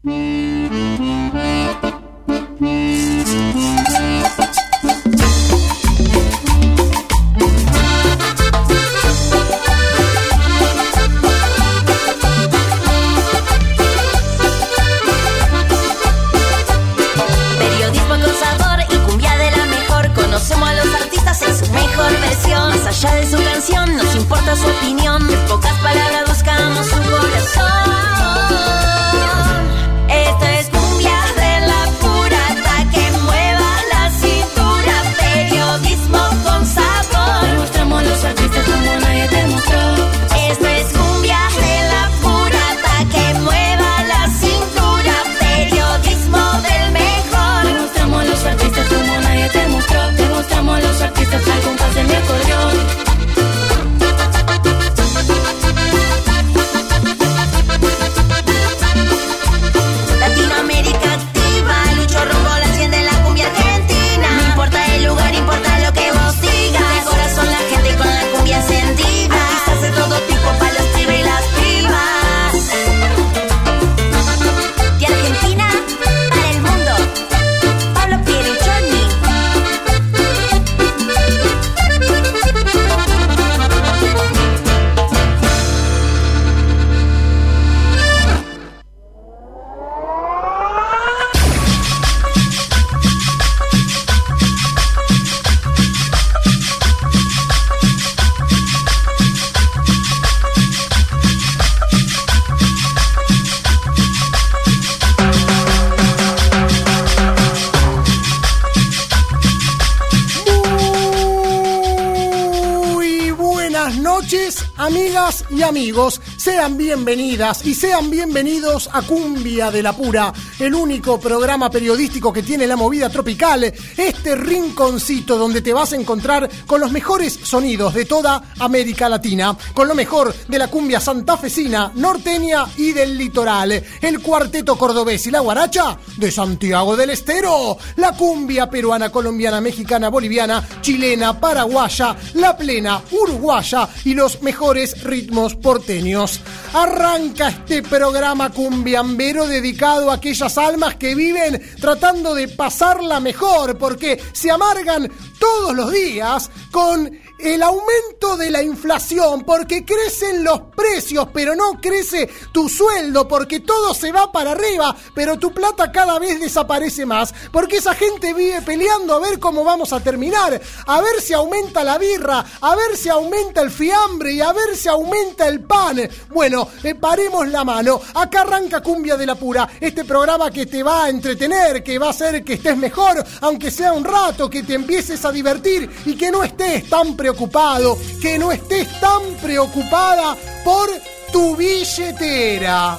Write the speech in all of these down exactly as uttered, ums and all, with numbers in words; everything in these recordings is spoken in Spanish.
Amigas y amigos, sean bienvenidas y sean bienvenidos a Cumbia de la Pura, el único programa periodístico que tiene la movida tropical, este rinconcito donde te vas a encontrar con los mejores sonidos de toda América Latina, con lo mejor de la cumbia santafesina, norteña y del litoral, el cuarteto cordobés y la guaracha de Santiago del Estero, la cumbia peruana, colombiana, mexicana, boliviana, chilena, paraguaya, la plena, uruguaya y los mejores ritmos porteños. Arranca este programa cumbiambero dedicado a aquellas almas que viven tratando de pasarla mejor porque se amargan todos los días con el aumento de la inflación, porque crecen los precios, pero no crece tu sueldo, porque todo se va para arriba, pero tu plata cada vez desaparece más, porque esa gente vive peleando a ver cómo vamos a terminar, a ver si aumenta la birra, a ver si aumenta el fiambre y a ver si aumenta el pan. Bueno, eh, paremos la mano. Acá arranca Cumbia de la Pura, este programa que te va a entretener, que va a hacer que estés mejor, aunque sea un rato, que te empieces a divertir y que no estés tan preocupado, que no estés tan preocupada por tu billetera.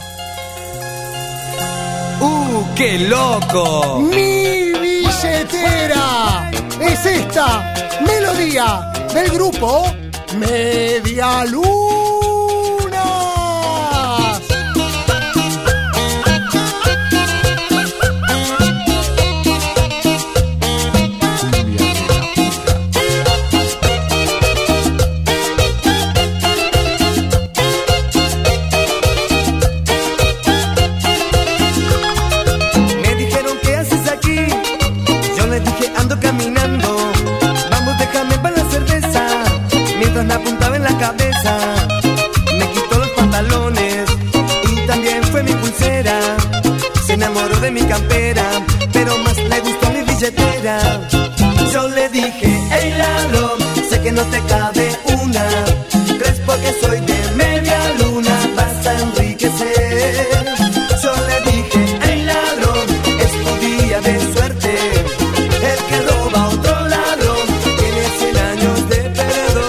¡Uh, qué loco! Mi billetera es esta melodía del grupo Media Luna. Me apuntaba en la cabeza, me quitó los pantalones y también fue mi pulsera. Se enamoró de mi campera, pero más le gustó mi billetera. Yo le dije, hey ladrón, sé que no te cabe una. ¿Crees porque soy de media luna vas a enriquecer? Yo le dije, hey ladrón, es tu día de suerte. El que roba a otro ladrón tiene cien años de perdón.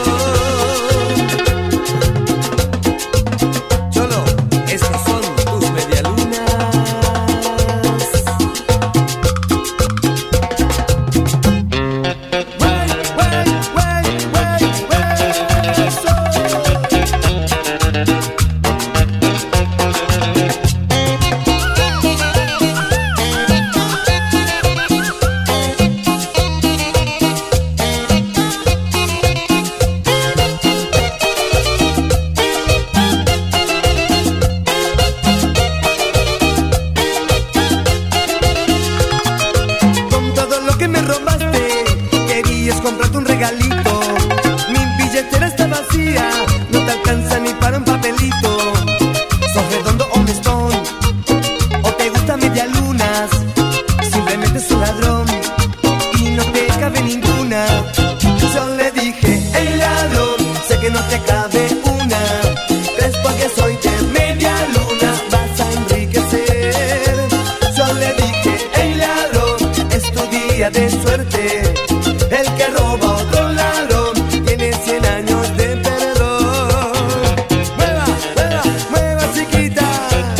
comprarte un regalito. Mi billetera está vacía, no te alcanza ni para un papelito. Sos redondo o mestón, o te gusta media lunas. Simplemente es un ladrón y no te cabe ninguna. Yo le dije, hey ladrón, sé que no te cabe una. Es porque soy de media luna, vas a enriquecer. Yo le dije, hey ladrón, es tu día de suerte. El que roba a otro ladrón tiene cien años de perdón. Mueva, mueva, mueva chiquita.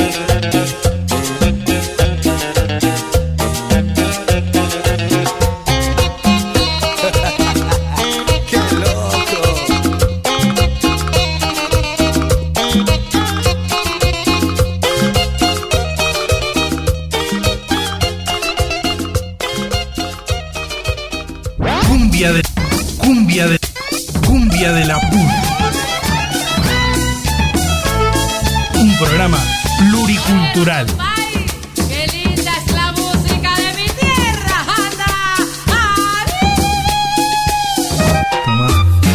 ¡Qué loco! Cumbia de, cumbia de, cumbia de la pura. Un programa pluricultural. ¡Ay, qué linda es la música de mi tierra! ¡Anda! ¡Ay! Tomá.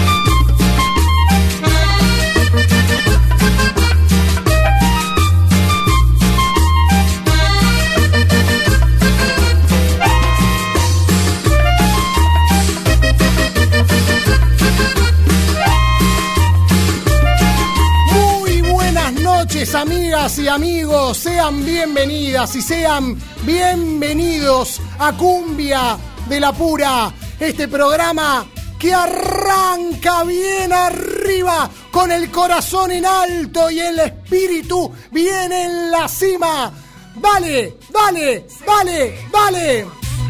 Muy buenas noches, amigas y amigos. Sean bienvenidas y sean bienvenidos a Cumbia de la Pura, este programa que arranca bien arriba, con el corazón en alto y el espíritu bien en la cima. ¡Dale, dale, dale, dale!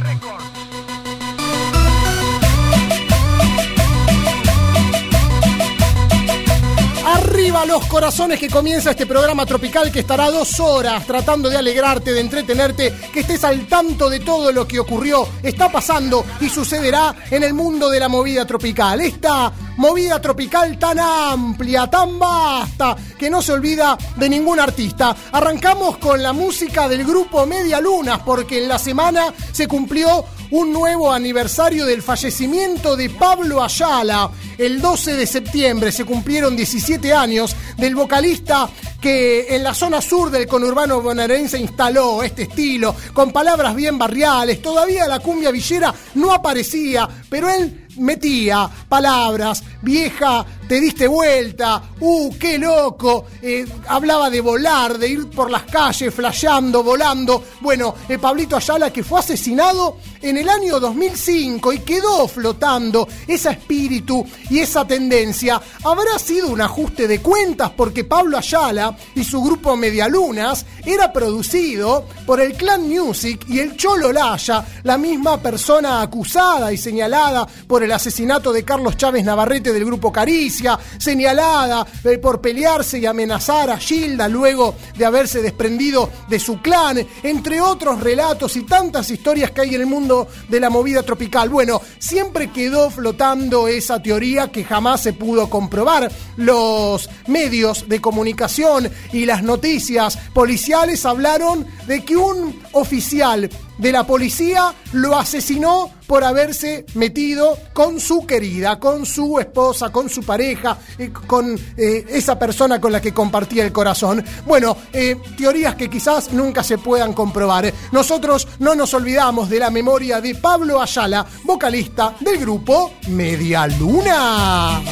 Arriba los corazones, que comienza este programa tropical que estará dos horas tratando de alegrarte, de entretenerte, que estés al tanto de todo lo que ocurrió, está pasando y sucederá en el mundo de la movida tropical. Esta movida tropical tan amplia, tan vasta, que no se olvida de ningún artista. Arrancamos con la música del grupo Media Lunas, porque en la semana se cumplió un nuevo aniversario del fallecimiento de Pablo Ayala. El doce de septiembre se cumplieron diecisiete años del vocalista que en la zona sur del conurbano bonaerense instaló este estilo, con palabras bien barriales. Todavía la cumbia villera no aparecía, pero él metía palabras, vieja, te diste vuelta, uh, qué loco, eh, hablaba de volar, de ir por las calles flasheando, volando. Bueno, eh, Pablito Ayala, que fue asesinado en el año dos mil cinco y quedó flotando ese espíritu y esa tendencia. Habrá sido un ajuste de cuentas, porque Pablo Ayala y su grupo Medialunas era producido por el Clan Music y el Cholo Laya, la misma persona acusada y señalada por el asesinato de Carlos Chávez Navarrete del grupo Caricia, señalada eh, por pelearse y amenazar a Gilda luego de haberse desprendido de su clan, entre otros relatos y tantas historias que hay en el mundo de la movida tropical. Bueno, siempre quedó flotando esa teoría que jamás se pudo comprobar. Los medios de comunicación y las noticias policiales hablaron de que un oficial de la policía lo asesinó por haberse metido con su querida, con su esposa, con su pareja, eh, con eh, esa persona con la que compartía el corazón. Bueno, eh, teorías que quizás nunca se puedan comprobar. Nosotros no nos olvidamos de la memoria de Pablo Ayala, vocalista del grupo Media Lunas.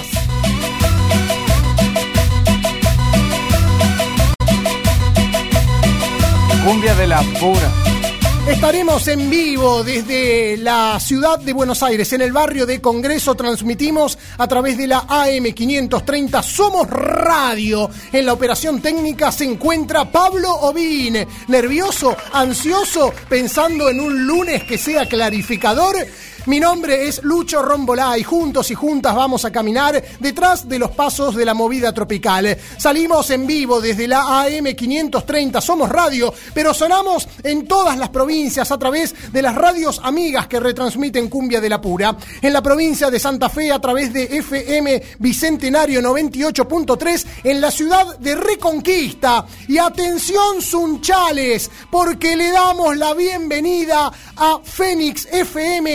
Cumbia de la Pura. Estaremos en vivo desde la ciudad de Buenos Aires, en el barrio de Congreso. Transmitimos a través de la A M quinientos treinta Somos Radio. En la operación técnica se encuentra Pablo Ovín. ¿Nervioso? ¿Ansioso? ¿Pensando en un lunes que sea clarificador? Mi nombre es Lucho Rombolá y juntos y juntas vamos a caminar detrás de los pasos de la movida tropical. Salimos en vivo desde la A M quinientos treinta Somos Radio, pero sonamos en todas las provincias a través de las radios amigas que retransmiten Cumbia de la Pura. En la provincia de Santa Fe a través de F M Bicentenario noventa y ocho punto tres, en la ciudad de Reconquista. Y atención, Sunchales, porque le damos la bienvenida a Fénix F M noventa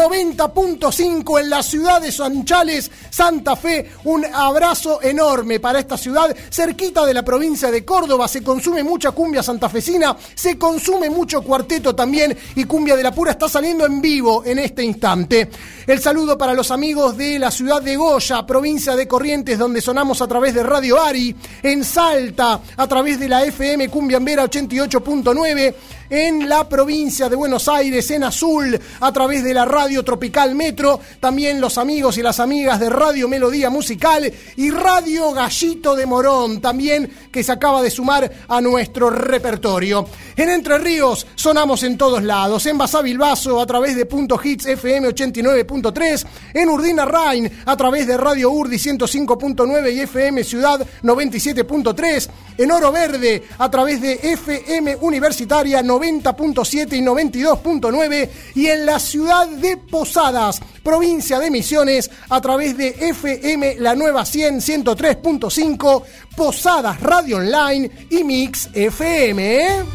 noventa punto cinco en la ciudad de Sanchales, Santa Fe. Un abrazo enorme para esta ciudad, cerquita de la provincia de Córdoba. Se consume mucha cumbia santafesina, se consume mucho cuarteto también, y Cumbia de la Pura está saliendo en vivo en este instante. El saludo para los amigos de la ciudad de Goya, provincia de Corrientes, donde sonamos a través de Radio Ari, en Salta, a través de la F M Cumbiambera ochenta y ocho punto nueve, en la provincia de Buenos Aires, en Azul, a través de la Radio Tropical Metro, también los amigos y las amigas de Radio Melodía Musical y Radio Gallito de Morón, también, que se acaba de sumar a nuestro repertorio. En Entre Ríos sonamos en todos lados, en Basavilbaso a través de Punto Hits F M ochenta y nueve punto tres, en Urdina Rain a través de Radio Urdi ciento cinco punto nueve y F M Ciudad noventa y siete punto tres, en Oro Verde a través de F M Universitaria noventa punto siete y noventa y dos punto nueve, y en la ciudad de Posadas, provincia de Misiones, a través de F M La Nueva cien, ciento tres punto cinco, Posadas Radio Online y Mix F M. ¿eh?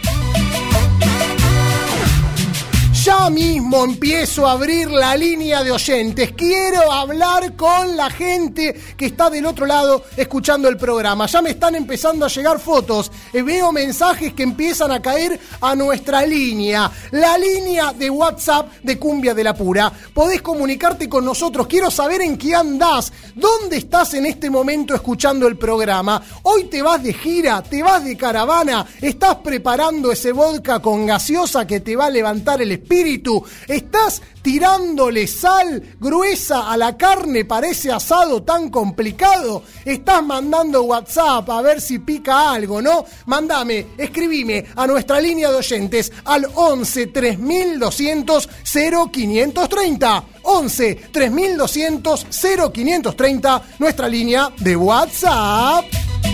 Ya mismo empiezo a abrir la línea de oyentes. Quiero hablar con la gente que está del otro lado escuchando el programa. Ya me están empezando a llegar fotos. Eh, veo mensajes que empiezan a caer a nuestra línea. La línea de WhatsApp de Cumbia de la Pura. Podés comunicarte con nosotros. Quiero saber en qué andás. ¿Dónde estás en este momento escuchando el programa? Hoy te vas de gira, te vas de caravana. ¿Estás preparando ese vodka con gaseosa que te va a levantar el espíritu? Espíritu, ¿estás tirándole sal gruesa a la carne para ese asado tan complicado? ¿Estás mandando WhatsApp a ver si pica algo, no? Mándame, escribime a nuestra línea de oyentes al once tres mil doscientos cero quinientos treinta. once tres mil doscientos cero quinientos treinta, nuestra línea de WhatsApp.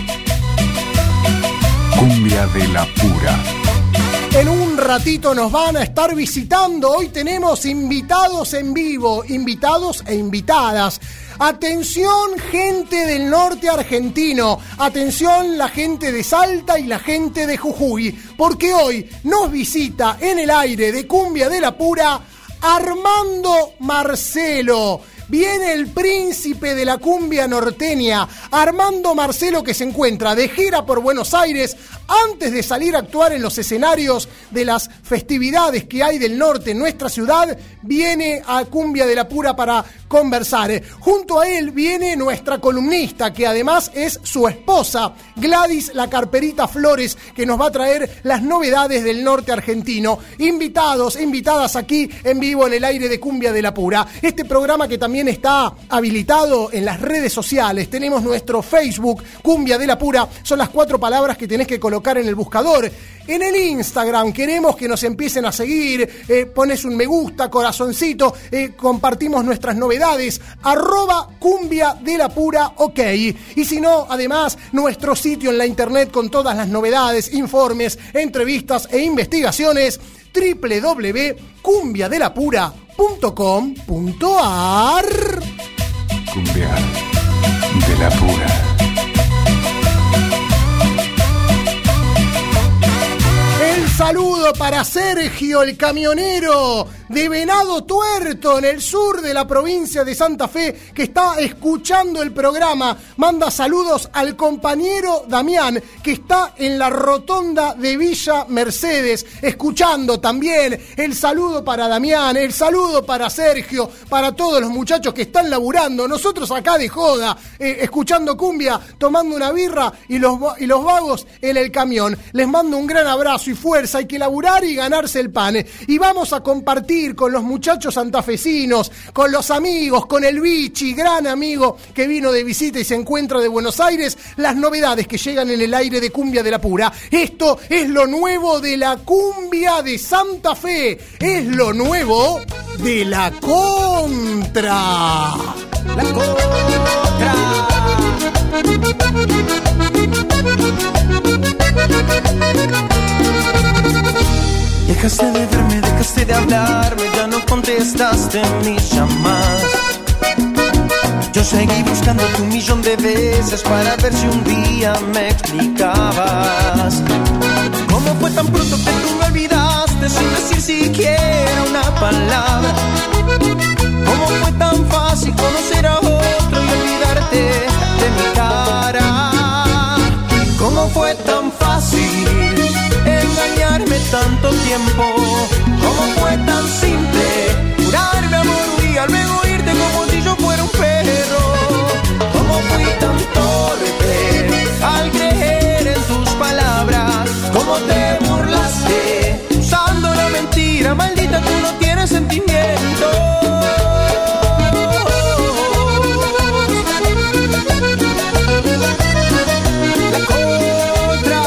Cumbia de la Pura. En un ratito nos van a estar visitando. Hoy tenemos invitados en vivo, invitados e invitadas. Atención, gente del norte argentino. Atención, la gente de Salta y la gente de Jujuy. Porque hoy nos visita en el aire de Cumbia de la Pura Armando Marcelo. Viene el príncipe de la cumbia norteña, Armando Marcelo, que se encuentra de gira por Buenos Aires antes de salir a actuar en los escenarios de las festividades que hay del norte en nuestra ciudad. Viene a Cumbia de la Pura para conversar. Junto a él viene nuestra columnista, que además es su esposa, Gladys La Carperita Flores, que nos va a traer las novedades del norte argentino. Invitados, invitadas aquí en vivo en el aire de Cumbia de la Pura. Este programa que también está habilitado en las redes sociales. Tenemos nuestro Facebook, Cumbia de la Pura. Son las cuatro palabras que tenés que colocar en el buscador. En el Instagram queremos que nos empiecen a seguir. Eh, pones un me gusta, corazoncito. Eh, compartimos nuestras novedades. Arroba Cumbia de la Pura, ok. Y si no, además, nuestro sitio en la internet con todas las novedades, informes, entrevistas e investigaciones. doble u doble u doble u punto cumbia de la pura punto com punto a r. Cumbia de la Pura. El saludo para Sergio, el camionero de Venado Tuerto, en el sur de la provincia de Santa Fe, que está escuchando el programa. Manda saludos al compañero Damián, que está en la rotonda de Villa Mercedes, escuchando también. El saludo para Damián, el saludo para Sergio, para todos los muchachos que están laburando. Nosotros acá de joda, eh, escuchando cumbia, tomando una birra, y los, y los vagos en el camión. Les mando un gran abrazo y fuerza. Hay que laburar y ganarse el pan. Y vamos a compartir con los muchachos santafesinos, con los amigos, con el Bichi, gran amigo que vino de visita y se encuentra de Buenos Aires, las novedades que llegan en el aire de Cumbia de la Pura. Esto es lo nuevo de la cumbia de Santa Fe. Es lo nuevo de la Contra. La Contra. Dejaste de verme, dejaste de hablarme, ya no contestaste mis llamadas. Yo seguí buscándote un millón de veces para ver si un día me explicabas cómo fue tan pronto que tú me olvidaste sin decir siquiera una palabra. conocer a otro y olvidarte de mi cara. ¿Cómo fue tan fácil engañarme tanto tiempo? ¿Cómo fue tan simple jurarme amor y al luego irte como si yo fuera un perro? ¿Cómo fui tan torpe al creer en tus palabras? ¿Cómo te burlaste usando la mentira? Maldita, tú no tienes sentimiento. La contra.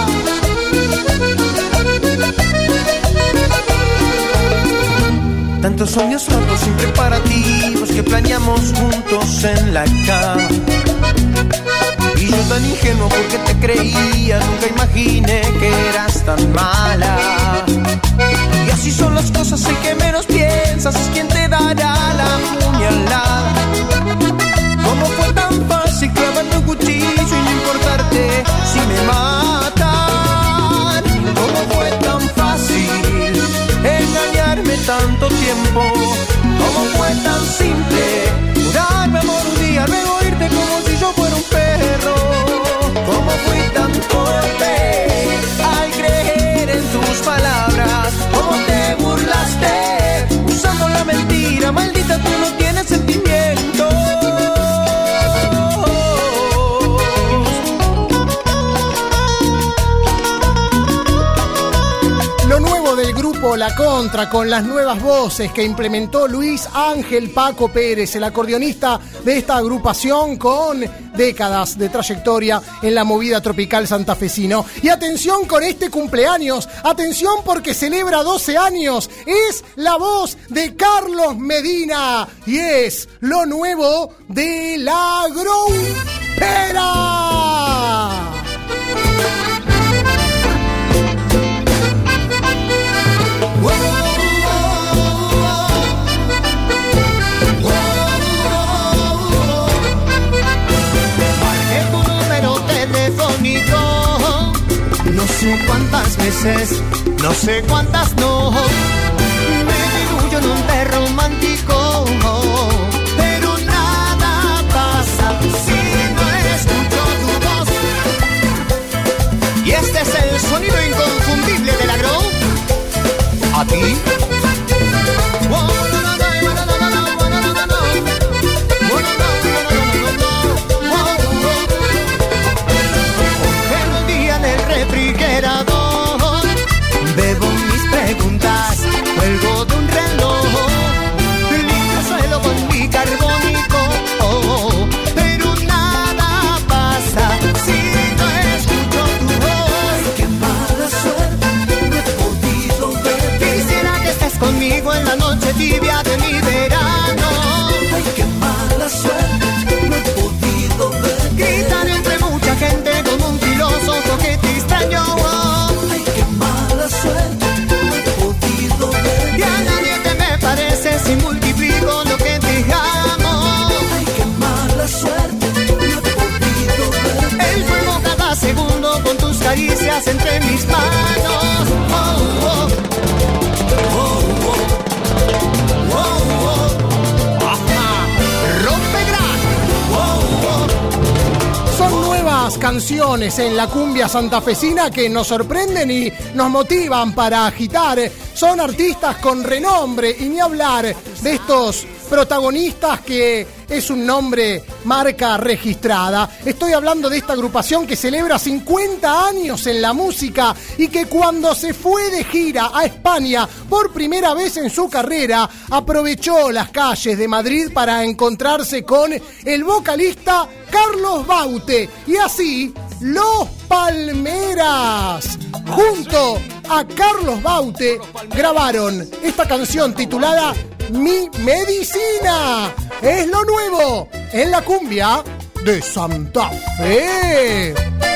Tantos sueños rotos sin preparativos que planeamos juntos en la cama. Y yo tan ingenuo porque te creía, nunca imaginé que eras tan mala. Y así son las cosas, el que menos piensas es quien te dará la puñalada. ¿Cómo fue tan fácil clavar tu cuchillo y no importarte si me matan? ¿Cómo fue tan fácil engañarme tanto tiempo? ¿Cómo fue tan simple jurarme amor un día, luego irte como si yo fuera un perro? ¿Cómo fui tan torpe al creer en tus palabras? ¿Cómo te burlaste usando la mentira? Maldita, tú no tienes sentimientos. Lo nuevo del grupo La Contra, con las nuevas voces que implementó Luis Ángel Paco Pérez, el acordeonista de esta agrupación con décadas de trayectoria en la movida tropical santafesino. Y atención con este cumpleaños, atención porque celebra doce años, es la voz de Carlos Medina y es lo nuevo de La Groupera. No sé cuántas veces, no sé cuántas no, me diluyó en un té romántico, pero nada pasa si no escucho tu voz. Y este es el sonido inconfundible de La Grow. ¿A ti? Refrigerador, bebo mis preguntas, cuelgo de un reloj, limpio suelo con bicarbónico, oh, pero nada pasa si no escucho tu voz. Ay, qué mala suerte, no he podido ver. Quisiera que estés conmigo en la noche tibia de mi verano. Ay, qué mala suerte, no he podido ver. Gritar entre mucha gente como un filósofo que te extraño. Ay, qué mala suerte, no he podido ver. Y a nadie te me parece si multiplico lo que te amo. Ay, qué mala suerte, no he podido ver. El fuego cada segundo con tus caricias entre mis manos. Oh, oh. Oh, oh. Oh, oh. Ajá. Rompe gran. Oh, oh. Son nuevas canciones en la cumbia santafesina que nos sorprenden y nos motivan para agitar. Son artistas con renombre y ni hablar de estos protagonistas que es un nombre, marca registrada. Estoy hablando de esta agrupación que celebra cincuenta años en la música y que cuando se fue de gira a España por primera vez en su carrera, aprovechó las calles de Madrid para encontrarse con el vocalista Carlos Baute y así Los Palmeras, junto a Carlos Baute, grabaron esta canción titulada Mi Medicina. Es lo nuevo en la cumbia de Santa Fe.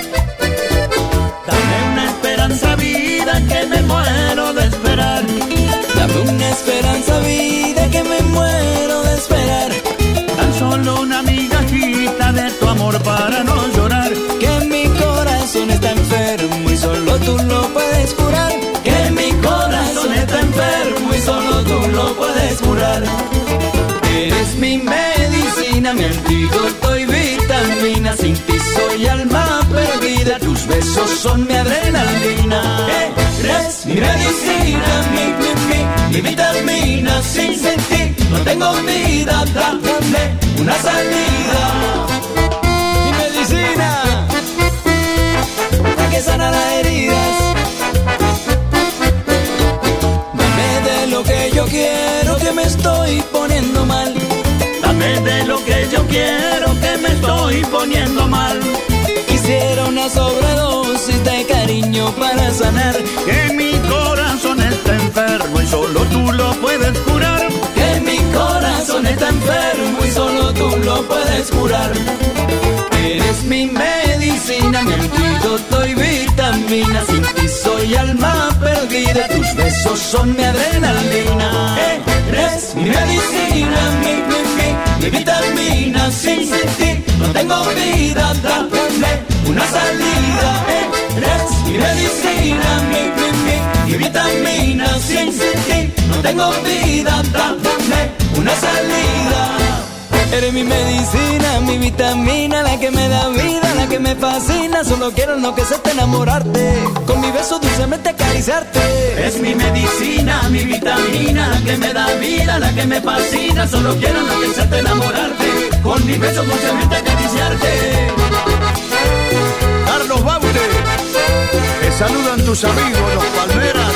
Dame una esperanza, vida, que me muero de esperar. Dame una esperanza, vida, que me muero de esperar. Tan solo una migajita de tu amor para no llorar. Que mi corazón está enfermo y solo tú lo puedes curar. Que mi corazón está enfermo y solo tú lo puedes curar. Eres mi medicina. medicina, mi antídoto y vitamina. Sin ti soy alma perdida, tus besos son mi adrenalina. Eres mi medicina, mi, mi, mi, mi vitamina. Sin sentir no tengo vida, dame una salida. Mi medicina, la que sana las heridas. Dame de lo que yo quiero, que me estoy poniendo mal. Dame de lo que yo quiero, que me estoy poniendo mal. Quisiera una sobredosis de cariño para sanar. Que mi corazón está enfermo y solo tú lo puedes curar. Que mi corazón está enfermo y solo tú lo puedes curar. Eres mi medicina, mi antídoto y vitamina. Sin ti soy alma perdida, tus besos son mi adrenalina. Eres mi medicina, mi, mi, mi, mi vitamina. Sin ti no tengo vida, dame una salida. Eres mi medicina, mi, mi, mi, mi vitamina. Sin ti no tengo vida, dame una salida. Eres mi medicina, mi vitamina, la que me da vida, la que me fascina. Solo quiero enloquecerte, enamorarte, con mi beso dulcemente acariciarte. Es mi medicina, mi vitamina, la que me da vida, la que me fascina. Solo quiero enloquecerte, enamorarte, con mi beso dulcemente acariciarte. Carlos Baute, te saludan tus amigos, los Palmeras.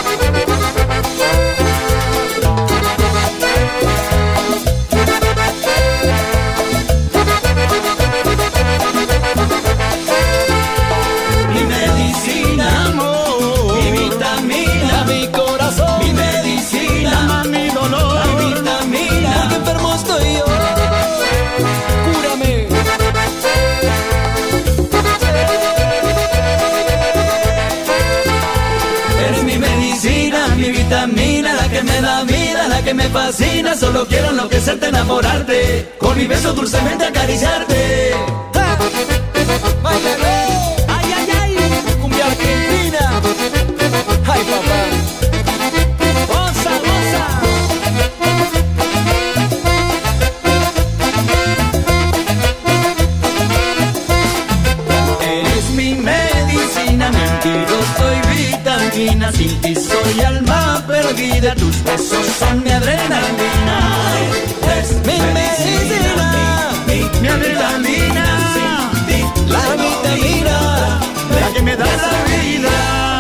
La que me da vida, la que me fascina. Solo quiero enloquecerte, enamorarte, con mi beso dulcemente acariciarte. ¡Ja! ¡Báilale! ¡Ay, ay, ay! ¡Cumbia argentina! ¡Ay, papá! ¡Goza, goza! Eres mi medicina, mi antídoto y vitamina. Sin ti soy alma perdida, tus besos son mi adrenalina. Es mi medicina, mi, mi, mi adrenalina. La vitamina, la que me da la vida.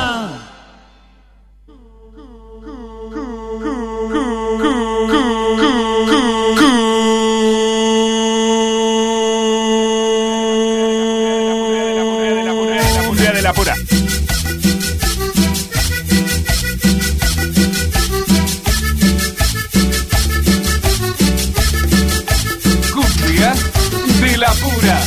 De la pura. De la pura.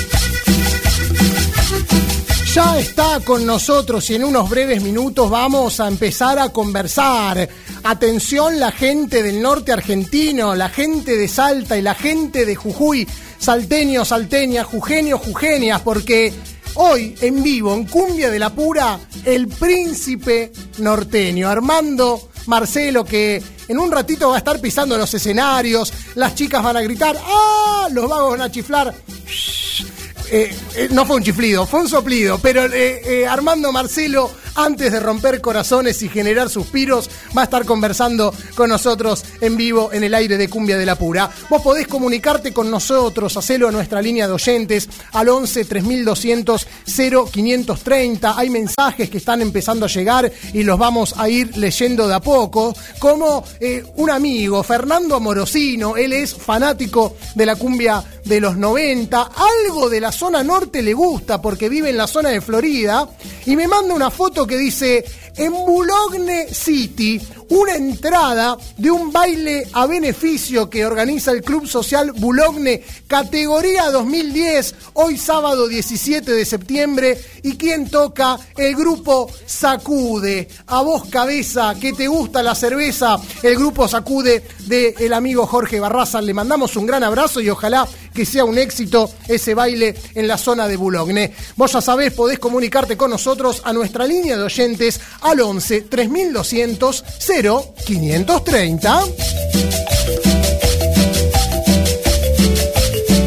Ya está con nosotros y en unos breves minutos vamos a empezar a conversar. Atención la gente del norte argentino, la gente de Salta y la gente de Jujuy, salteños, salteñas, jujeños, jujeñas, porque hoy en vivo en Cumbia de la Pura, el príncipe norteño, Armando Marcelo, que en un ratito va a estar pisando los escenarios, las chicas van a gritar, ¡ah! Los vagos van a chiflar. Eh, eh, no fue un chiflido, fue un soplido, pero eh, eh, Armando Marcelo, antes de romper corazones y generar suspiros, va a estar conversando con nosotros en vivo en el aire de Cumbia de la Pura. Vos podés comunicarte con nosotros, hacelo a nuestra línea de oyentes al once tres mil doscientos cero quinientos treinta. Hay mensajes que están empezando a llegar y los vamos a ir leyendo de a poco, como eh, un amigo, Fernando Amorosino. Él es fanático de la cumbia de los noventa, algo de la zona norte le gusta porque vive en la zona de Florida, y me manda una foto que dice: en Boulogne City, una entrada de un baile a beneficio que organiza el Club Social Boulogne, categoría dos mil diez, hoy sábado diecisiete de septiembre, y quien toca, el grupo Sacude. A vos, cabeza, que te gusta la cerveza, el grupo Sacude del amigo Jorge Barraza, le mandamos un gran abrazo y ojalá que sea un éxito ese baile en la zona de Boulogne. Vos ya sabés, podés comunicarte con nosotros a nuestra línea de oyentes al once tres mil doscientos cero quinientos treinta.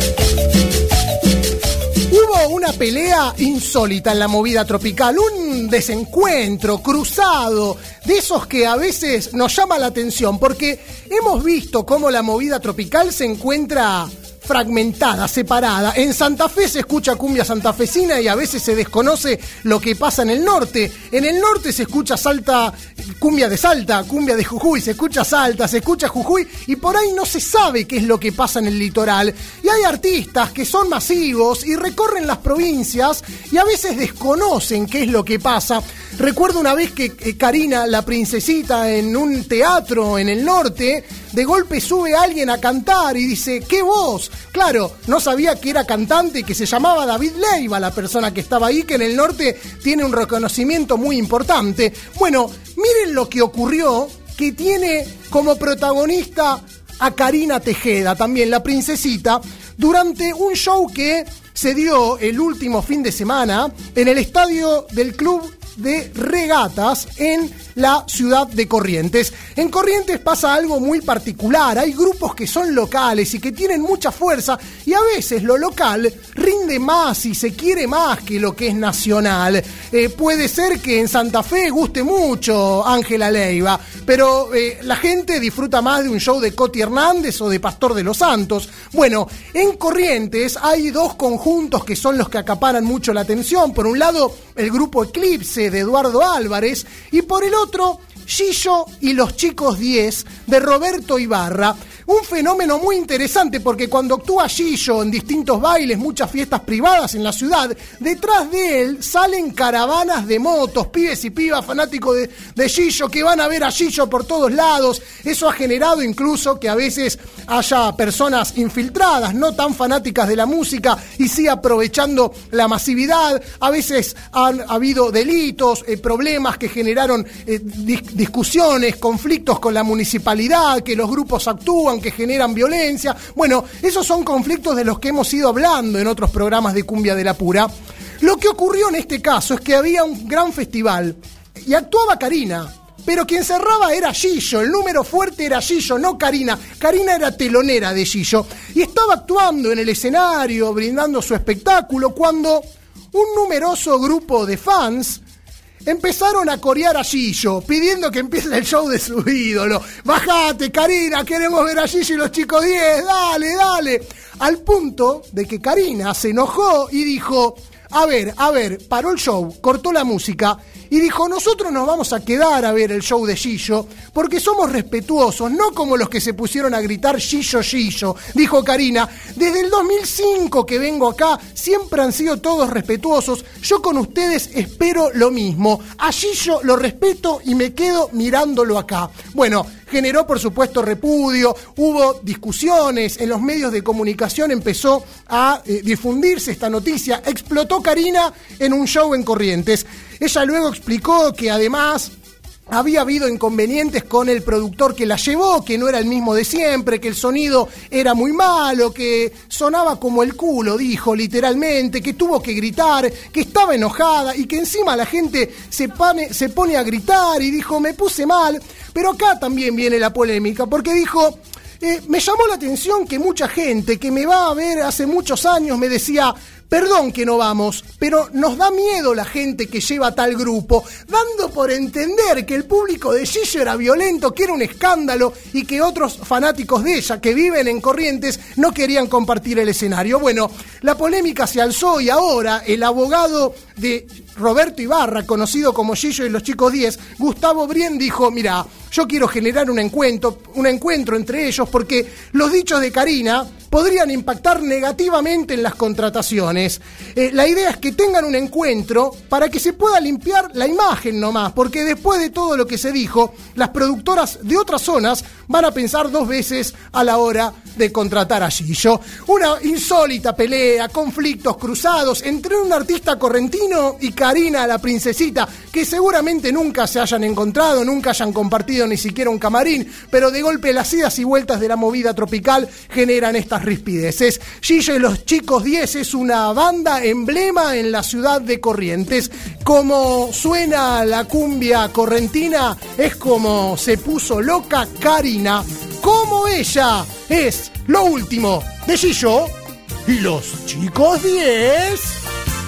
una pelea insólita en la movida tropical, un desencuentro cruzado, de esos que a veces nos llama la atención, porque hemos visto cómo la movida tropical se encuentra fragmentada, separada. En Santa Fe se escucha cumbia santafesina y a veces se desconoce lo que pasa en el norte. En el norte se escucha salta, cumbia de Salta, cumbia de Jujuy, se escucha Salta, se escucha Jujuy y por ahí no se sabe qué es lo que pasa en el litoral. Y hay artistas que son masivos y recorren las provincias y a veces desconocen qué es lo que pasa. Recuerdo una vez que eh, Karina, la princesita, en un teatro en el norte, de golpe sube alguien a cantar y dice, ¿qué voz? Claro, no sabía que era cantante, que se llamaba David Leiva, la persona que estaba ahí, que en el norte tiene un reconocimiento muy importante. Bueno, miren lo que ocurrió, que tiene como protagonista a Karina Tejeda, también la princesita, durante un show que se dio el último fin de semana en el estadio del Club de Regatas en la ciudad de Corrientes. En Corrientes pasa algo muy particular, hay grupos que son locales y que tienen mucha fuerza y a veces lo local rinde más y se quiere más que lo que es nacional. Eh, puede ser que en Santa Fe guste mucho Ángela Leiva, pero eh, la gente disfruta más de un show de Coti Hernández o de Pastor de los Santos. Bueno, en Corrientes hay dos conjuntos que son los que acaparan mucho la atención. Por un lado, el grupo Eclipse de Eduardo Álvarez y por el otro, Gillo y los Chicos diez de Roberto Ibarra. Un fenómeno muy interesante porque cuando actúa Gillo en distintos bailes, muchas fiestas privadas en la ciudad, detrás de él salen caravanas de motos, pibes y pibas fanáticos de, de Gillo que van a ver a Gillo por todos lados. Eso ha generado incluso que a veces haya personas infiltradas, no tan fanáticas de la música y sí aprovechando la masividad. A veces han habido delitos, eh, problemas que generaron eh, dis- discusiones, conflictos con la municipalidad, que los grupos actúan, que generan violencia. Bueno, esos son conflictos de los que hemos ido hablando en otros programas de Cumbia de la Pura. Lo que ocurrió en este caso es que había un gran festival y actuaba Karina, pero quien cerraba era Gillo, el número fuerte era Gillo, no Karina. Karina era telonera de Gillo y estaba actuando en el escenario, brindando su espectáculo, cuando un numeroso grupo de fans empezaron a corear a Gillo, pidiendo que empiece el show de su ídolo. Bajate, Karina, queremos ver a Gillo y los Chicos diez, dale, dale. Al punto de que Karina se enojó y dijo, a ver, a ver, paró el show, cortó la música y dijo, nosotros nos vamos a quedar a ver el show de Gillo porque somos respetuosos, no como los que se pusieron a gritar Gillo, Gillo, dijo Karina. Desde el dos mil cinco que vengo acá, siempre han sido todos respetuosos, yo con ustedes espero lo mismo, a Gillo lo respeto y me quedo mirándolo acá. Bueno, generó por supuesto repudio, hubo discusiones, en los medios de comunicación empezó a eh, difundirse esta noticia, explotó Karina en un show en Corrientes. Ella luego explicó que además había habido inconvenientes con el productor que la llevó, que no era el mismo de siempre, que el sonido era muy malo, que sonaba como el culo, dijo literalmente, que tuvo que gritar, que estaba enojada y que encima la gente se pone, se pone a gritar y dijo, me puse mal. Pero acá también viene la polémica, porque dijo, eh, me llamó la atención que mucha gente que me va a ver hace muchos años me decía, perdón que no vamos, pero nos da miedo la gente que lleva tal grupo, dando por entender que el público de Gillo era violento, que era un escándalo y que otros fanáticos de ella que viven en Corrientes no querían compartir el escenario. Bueno, la polémica se alzó y ahora el abogado de Roberto Ibarra, conocido como Gillo y los Chicos diez, Gustavo Brien, dijo, mira, yo quiero generar un encuentro, un encuentro entre ellos porque los dichos de Karina podrían impactar negativamente en las contrataciones. Eh, la idea es que tengan un encuentro para que se pueda limpiar la imagen nomás, porque después de todo lo que se dijo, las productoras de otras zonas van a pensar dos veces a la hora de contratar a Gillo. Una insólita pelea, conflictos cruzados entre un artista correntino y Karina, la princesita, que seguramente nunca se hayan encontrado, nunca hayan compartido ni siquiera un camarín, pero de golpe las idas y vueltas de la movida tropical generan estas rispideces. Gillo y los Chicos diez es una banda emblema en la ciudad de Corrientes. Como suena la cumbia correntina, es como se puso loca Karina, como ella es lo último de Gillo y los Chicos diez.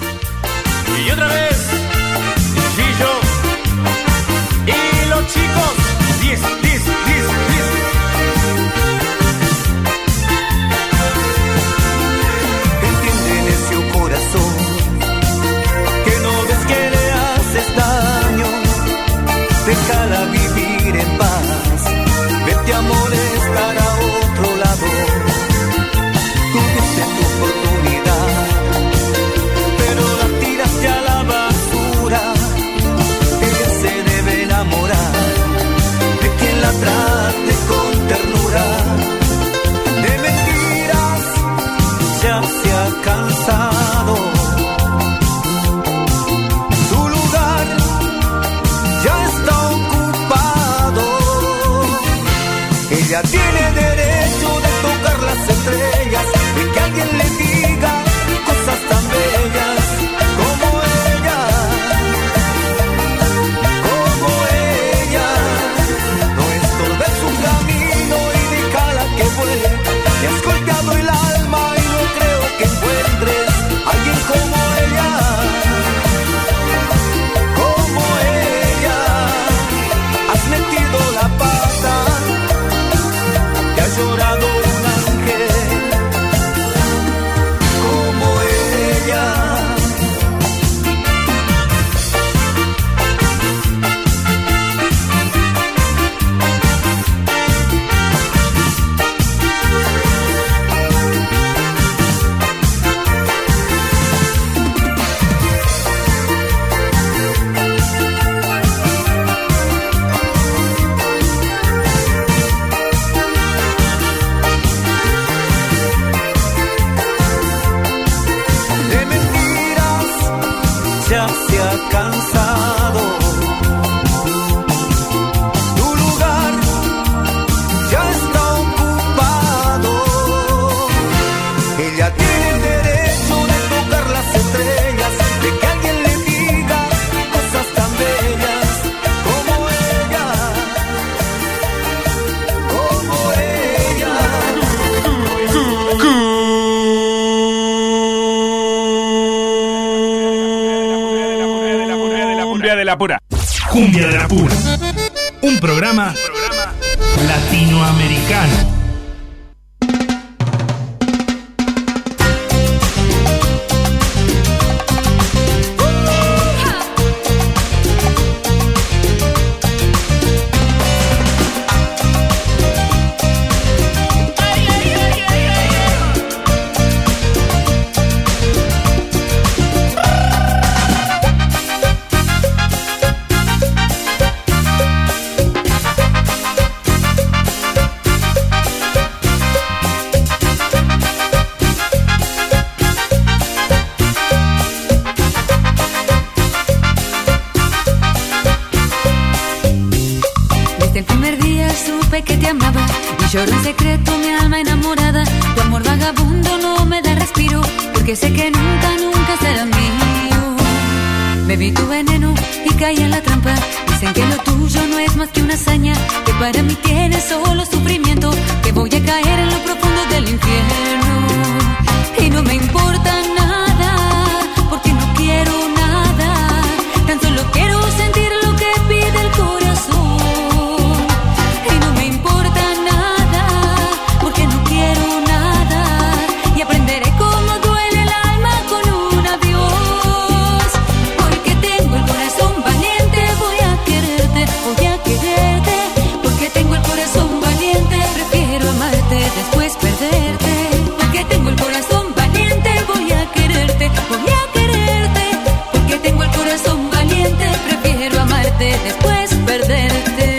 Y otra vez, Gillo. Y los chicos, diez, diez, diez, diez. Entiende, necio corazón, que no ves que le haces daño. Déjala vivir en paz, vete a molestar a otro lado. Tuviste tu oportunidad, pero la tiraste a la basura. Ella se debe enamorar de quien la trate con ternura. De mentiras ya se ha cansado. Su lugar ya está ocupado. Ella tiene derecho de tocar las estrellas, de que alguien le diga cosas tan bellas como ella, como ella. No estorbe su camino y déjala que vuele. Le has golpeado el alma y no creo que encuentres a alguien como ella, como ella. Has metido la pata, te ha llorado un ángel como ella. De mentiras ya se ha cansado. Tu lugar ya está ocupado. Ella tiene el derecho de tocar las estrellas, de que alguien le diga cosas tan bellas como ella, como ella. Cumbia de la pura. Cumbia de la Pura. Un programa latinoamericano. Desde el primer día supe que te amaba y lloro en secreto mi alma enamorada. Tu amor vagabundo no me da respiro, porque sé que nunca, nunca será mío. Bebí tu veneno y caí en la trampa. Dicen que lo tuyo no es más que una hazaña, que para mí tiene solo sufrimiento, que voy a caer en lo profundo del infierno. Y no me importa nada, porque no quiero nada, tan solo quiero sentir lo que pide el corazón. Y no me importa nada, porque no quiero nada, y aprenderé cómo duele el alma con un adiós. Porque tengo el corazón valiente, voy a quererte, voy a quererte. Porque tengo el corazón valiente, prefiero amarte, después perderte. Porque tengo el corazón valiente, voy a quererte, voy a quererte. Porque tengo el corazón valiente, prefiero amarte, después perderte.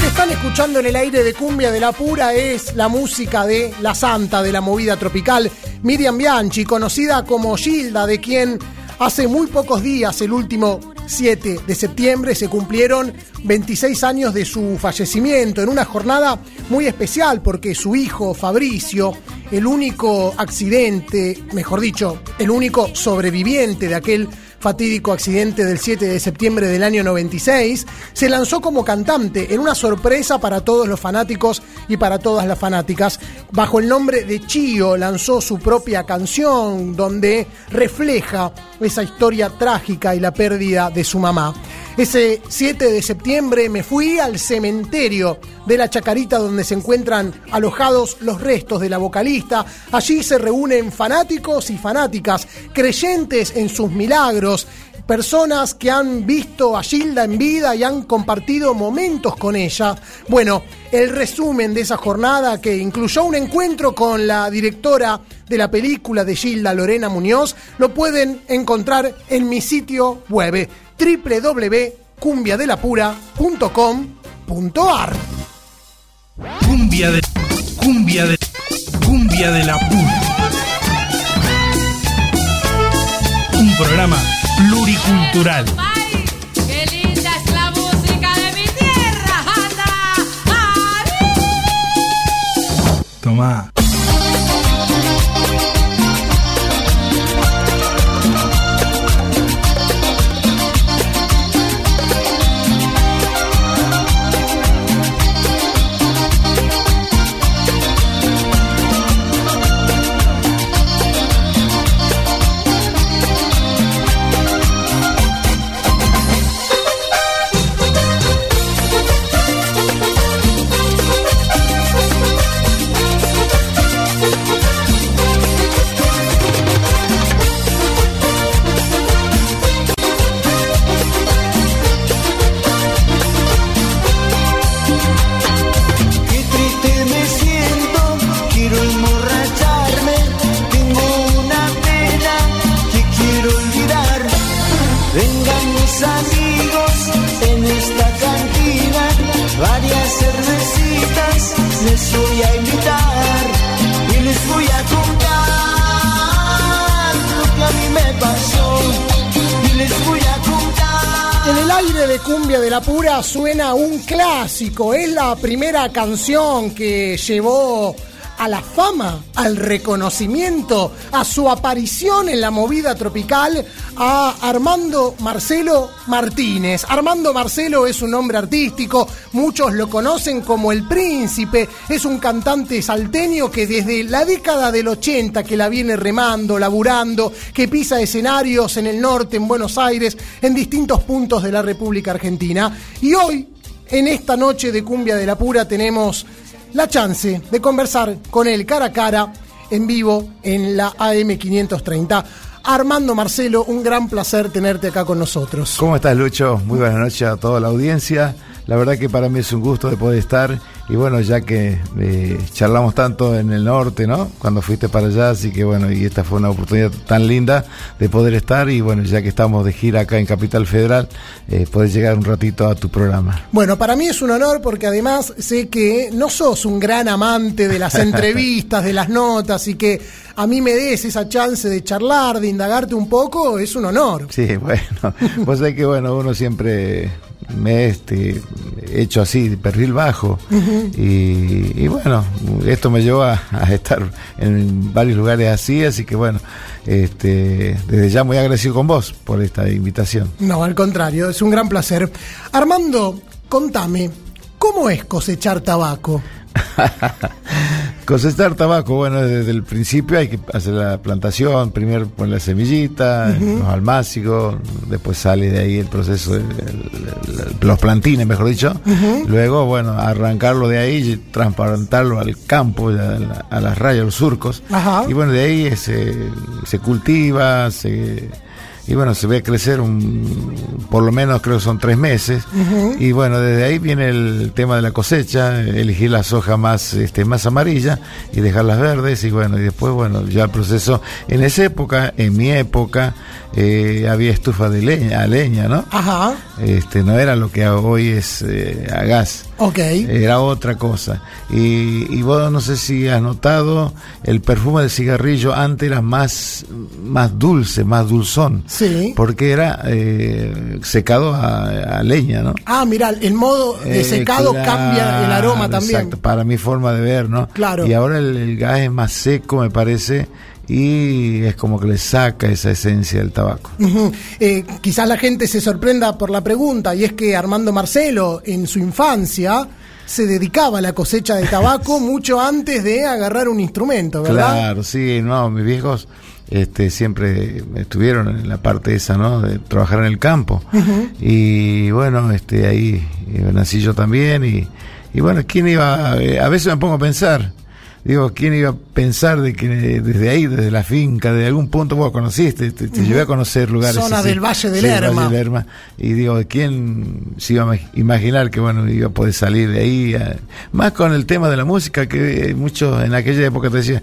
Escuchando en el aire de Cumbia de la Pura es la música de la santa de la movida tropical, Miriam Bianchi, conocida como Gilda, de quien hace muy pocos días, el último siete de septiembre, se cumplieron veintiséis años de su fallecimiento, en una jornada muy especial porque su hijo Fabricio, el único accidente, mejor dicho, el único sobreviviente de aquel fatídico accidente del siete de septiembre del año noventa y seis, se lanzó como cantante en una sorpresa para todos los fanáticos y para todas las fanáticas. Bajo el nombre de Chío lanzó su propia canción donde refleja esa historia trágica y la pérdida de su mamá. Ese siete de septiembre me fui al cementerio de la Chacarita donde se encuentran alojados los restos de la vocalista. Allí se reúnen fanáticos y fanáticas, creyentes en sus milagros, personas que han visto a Gilda en vida y han compartido momentos con ella. Bueno, el resumen de esa jornada, que incluyó un encuentro con la directora de la película de Gilda, Lorena Muñoz, lo pueden encontrar en mi sitio web doble u doble u doble u punto cumbia de la pura punto com punto a r. Cumbia de Cumbia de Cumbia de la Pura. Un programa pluricultural. Ay, qué linda es la música de mi tierra, anda. Ay. Tomá. Cumbia de la Pura suena un clásico. Es la primera canción que llevó a la fama, al reconocimiento, a su aparición en la movida tropical a Armando Marcelo Martínez. Armando Marcelo es un nombre artístico, muchos lo conocen como El Príncipe, es un cantante salteño que desde la década del ochenta que la viene remando, laburando, que pisa escenarios en el norte, en Buenos Aires, en distintos puntos de la República Argentina. Y hoy, en esta noche de Cumbia de la Pura, tenemos la chance de conversar con él cara a cara, en vivo, en la A M quinientos treinta. Armando Marcelo, un gran placer tenerte acá con nosotros. ¿Cómo estás, Lucho? Muy buenas noches a toda la audiencia. La verdad que para mí es un gusto de poder estar. Y bueno, ya que eh, charlamos tanto en el norte, ¿no? Cuando fuiste para allá, así que bueno, y esta fue una oportunidad tan linda de poder estar. Y bueno, ya que estamos de gira acá en Capital Federal, eh, poder llegar un ratito a tu programa. Bueno, para mí es un honor porque además sé que no sos un gran amante de las entrevistas, de las notas, y que a mí me des esa chance de charlar, de indagarte un poco, es un honor. Sí, bueno, vos sabés que bueno, uno siempre me este, hecho así, perfil bajo, uh-huh. y, y bueno, esto me llevó a, a estar en varios lugares así, así que bueno, este, desde ya muy agradecido con vos por esta invitación. No, al contrario, es un gran placer. Armando, contame, ¿cómo es cosechar tabaco? Cosechar tabaco, bueno, desde el principio hay que hacer la plantación, primero poner la semillita, uh-huh. los almácigos, después sale de ahí el proceso, de, de, de, de los plantines, mejor dicho, uh-huh. luego, bueno, arrancarlo de ahí y transplantarlo al campo, a, la, a las rayas, los surcos, uh-huh. y bueno, de ahí se, se cultiva, se... y bueno, se ve crecer un, por lo menos creo que son tres meses, uh-huh. y bueno, desde ahí viene el tema de la cosecha, elegir las hojas más, este, más amarillas y dejarlas verdes, y bueno, y después, bueno, ya el proceso, en esa época, en mi época, eh, había estufa de leña, a leña, ¿no? Ajá. Este, no era lo que hoy es eh, a gas. Ok. Era otra cosa. Y, y vos no sé si has notado, el perfume del cigarrillo antes era más, más dulce, más dulzón. Sí. Porque era eh, secado a, a leña, ¿no? Ah, mira, el modo de secado eh, claro, cambia el aroma también. Exacto, para mi forma de ver, ¿no? Claro. Y ahora el, el gas es más seco, me parece, y es como que le saca esa esencia del tabaco. Uh-huh. Eh, quizás la gente se sorprenda por la pregunta, y es que Armando Marcelo, en su infancia, se dedicaba a la cosecha de tabaco mucho antes de agarrar un instrumento, ¿verdad? Claro, sí, no, mis viejos este, siempre estuvieron en la parte esa, ¿no? De trabajar en el campo. Uh-huh. Y bueno, este, ahí nací yo también, y, y bueno, ¿quién iba? A, a veces me pongo a pensar, digo, ¿quién iba a pensar de que desde ahí, desde la finca, de algún punto vos conociste, te, te uh-huh. llevé a conocer lugares Zona así, del Valle del sí, Lerma. Valle del Lerma, y digo, ¿quién se iba a imaginar que bueno iba a poder salir de ahí? A, más con el tema de la música, que muchos en aquella época te decían,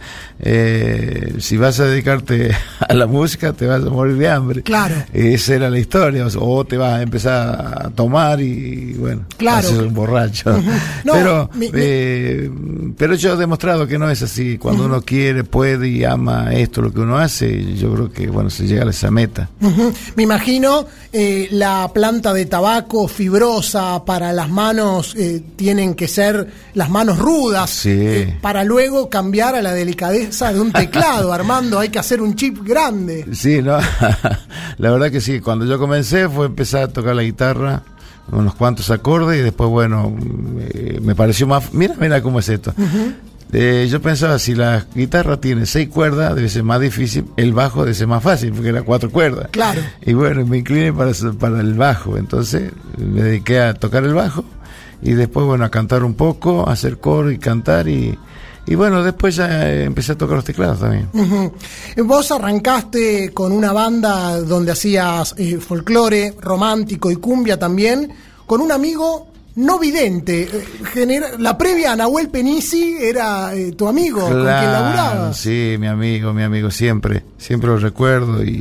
eh, si vas a dedicarte a la música te vas a morir de hambre. Claro. Esa era la historia, o te vas a empezar a tomar y bueno, claro, vas a ser un borracho. Uh-huh. No, pero, mi, eh, mi... pero yo he demostrado que no es así. Cuando uh-huh. uno quiere, puede y ama esto, lo que uno hace, yo creo que bueno, se llega a esa meta. Uh-huh. Me imagino eh, la planta de tabaco fibrosa para las manos, eh, tienen que ser las manos rudas, sí. eh, para luego cambiar a la delicadeza de un teclado. Armando, hay que hacer un chip grande. Sí, no, la verdad que sí. Cuando yo comencé fue empezar a tocar la guitarra, unos cuantos acordes, y después bueno, eh, me pareció más, mira, mira cómo es esto. Uh-huh. Eh, yo pensaba, si la guitarra tiene seis cuerdas, debe ser más difícil, el bajo debe ser más fácil, porque era cuatro cuerdas. Claro. Y bueno, me incliné para, para el bajo, entonces me dediqué a tocar el bajo, y después, bueno, a cantar un poco, a hacer coro y cantar, y, y bueno, después ya empecé a tocar los teclados también. Uh-huh. Vos arrancaste con una banda donde hacías eh, folclore, romántico y cumbia también, con un amigo no vidente. Genera, la previa a Nahuel Penisi era eh, tu amigo, claro, con quien laburabas. Sí, mi amigo, mi amigo, siempre, siempre lo recuerdo. Y,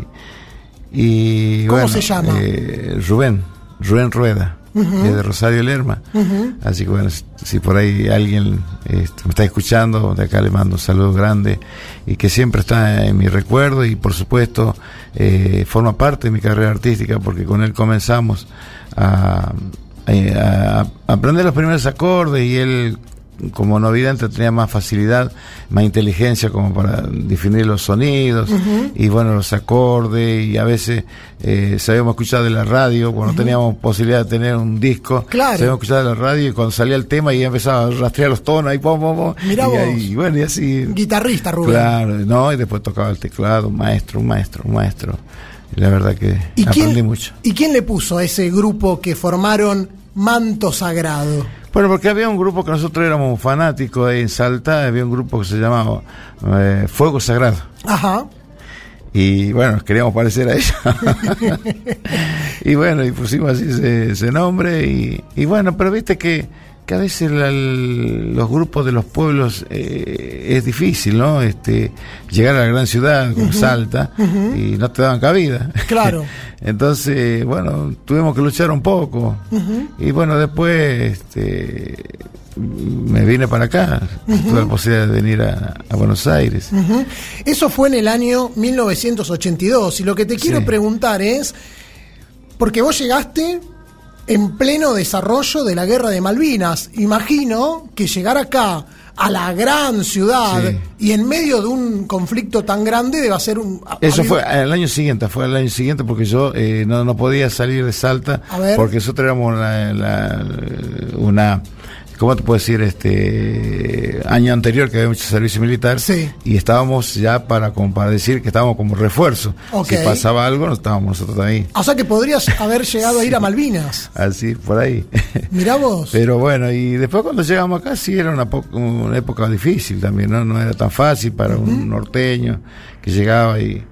y ¿Cómo bueno, se llama? Eh, Rubén, Rubén Rueda, uh-huh. de Rosario Lerma. Uh-huh. Así que bueno, si por ahí alguien este, me está escuchando, de acá le mando un saludo grande, y que siempre está en mi recuerdo, y por supuesto eh, forma parte de mi carrera artística, porque con él comenzamos a... A, a aprender los primeros acordes, y él, como no vidente, tenía más facilidad, más inteligencia como para definir los sonidos, uh-huh. y bueno, los acordes, y a veces eh, sabíamos escuchar de la radio, cuando uh-huh. teníamos posibilidad de tener un disco, claro. sabíamos escuchar de la radio, y cuando salía el tema y empezaba a rastrear los tonos, ahí pom, pom, pom, Mirá y, vos, ahí, y bueno, y así. Guitarrista, Rubén. Claro, no, y después tocaba el teclado, un maestro, un maestro, un maestro. La verdad que ¿Y aprendí quién, mucho. ¿Y quién le puso a ese grupo que formaron Manto Sagrado? Bueno, porque había un grupo que nosotros éramos fanáticos ahí en Salta, había un grupo que se llamaba eh, Fuego Sagrado. Ajá. Y bueno, nos queríamos parecer a ella. Y bueno, y pusimos así ese, ese nombre, y, y bueno, pero viste que que a veces la, los grupos de los pueblos eh, es difícil, ¿no? Este, llegar a la gran ciudad como uh-huh. Salta, uh-huh. y no te daban cabida. Claro. Entonces, bueno, tuvimos que luchar un poco. Uh-huh. Y bueno, después este, me vine para acá. Uh-huh. Tuve la posibilidad de venir a, a Buenos Aires. Uh-huh. Eso fue en el año mil novecientos ochenta y dos. Y lo que te quiero sí. preguntar es, porque vos llegaste en pleno desarrollo de la guerra de Malvinas. Imagino que llegar acá a la gran ciudad sí. y en medio de un conflicto tan grande debe ser un... Eso fue el año siguiente, fue el año siguiente porque yo eh, no, no podía salir de Salta, porque nosotros éramos la, la, una... ¿Cómo te puedo decir? Este año anterior que había mucho servicio militar, sí. y estábamos ya para, como para decir que estábamos como refuerzo. Okay. Si pasaba algo, no estábamos nosotros ahí. O sea que podrías haber llegado sí. a ir a Malvinas. Así, por ahí. Mirá vos. Pero bueno, y después cuando llegamos acá sí era una, po- una época difícil también, ¿no? No era tan fácil para uh-huh. un norteño que llegaba y...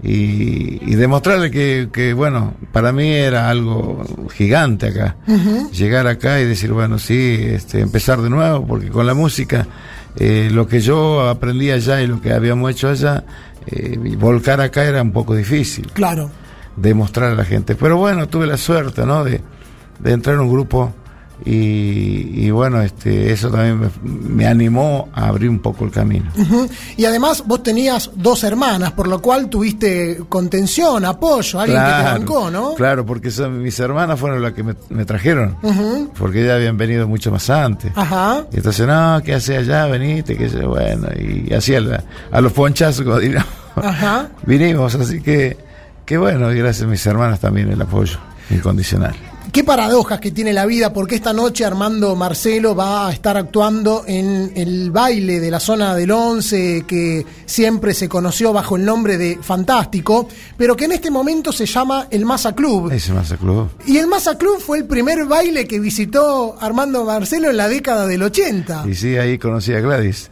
y, y demostrarle que, que, bueno, para mí era algo gigante acá. Uh-huh. Llegar acá y decir, bueno, sí, este, empezar de nuevo, porque con la música, eh, lo que yo aprendí allá y lo que habíamos hecho allá, eh, y volcar acá era un poco difícil. Claro. Demostrar a la gente. Pero bueno, tuve la suerte, ¿no? De, de entrar en un grupo. Y, y bueno, este, eso también me, me animó a abrir un poco el camino. Uh-huh. Y además vos tenías dos hermanas, por lo cual tuviste contención, apoyo, alguien claro, que te bancó, ¿no? Claro, porque son, mis hermanas fueron las que me, me trajeron, uh-huh. porque ellas habían venido mucho más antes. Ajá. Y entonces, no, ¿qué haces allá? Veniste, que yo, bueno, y así a, la, a los ponchazos, como diríamos, Ajá. vinimos, así que, que bueno, y gracias a mis hermanas también el apoyo incondicional. Qué paradojas que tiene la vida, porque esta noche Armando Marcelo va a estar actuando en el baile de la zona del once, que siempre se conoció bajo el nombre de Fantástico, pero que en este momento se llama el Massa Club. Ese Massa Club. Y el Massa Club fue el primer baile que visitó Armando Marcelo en la década del ochenta. Y sí, ahí conocí a Gladys.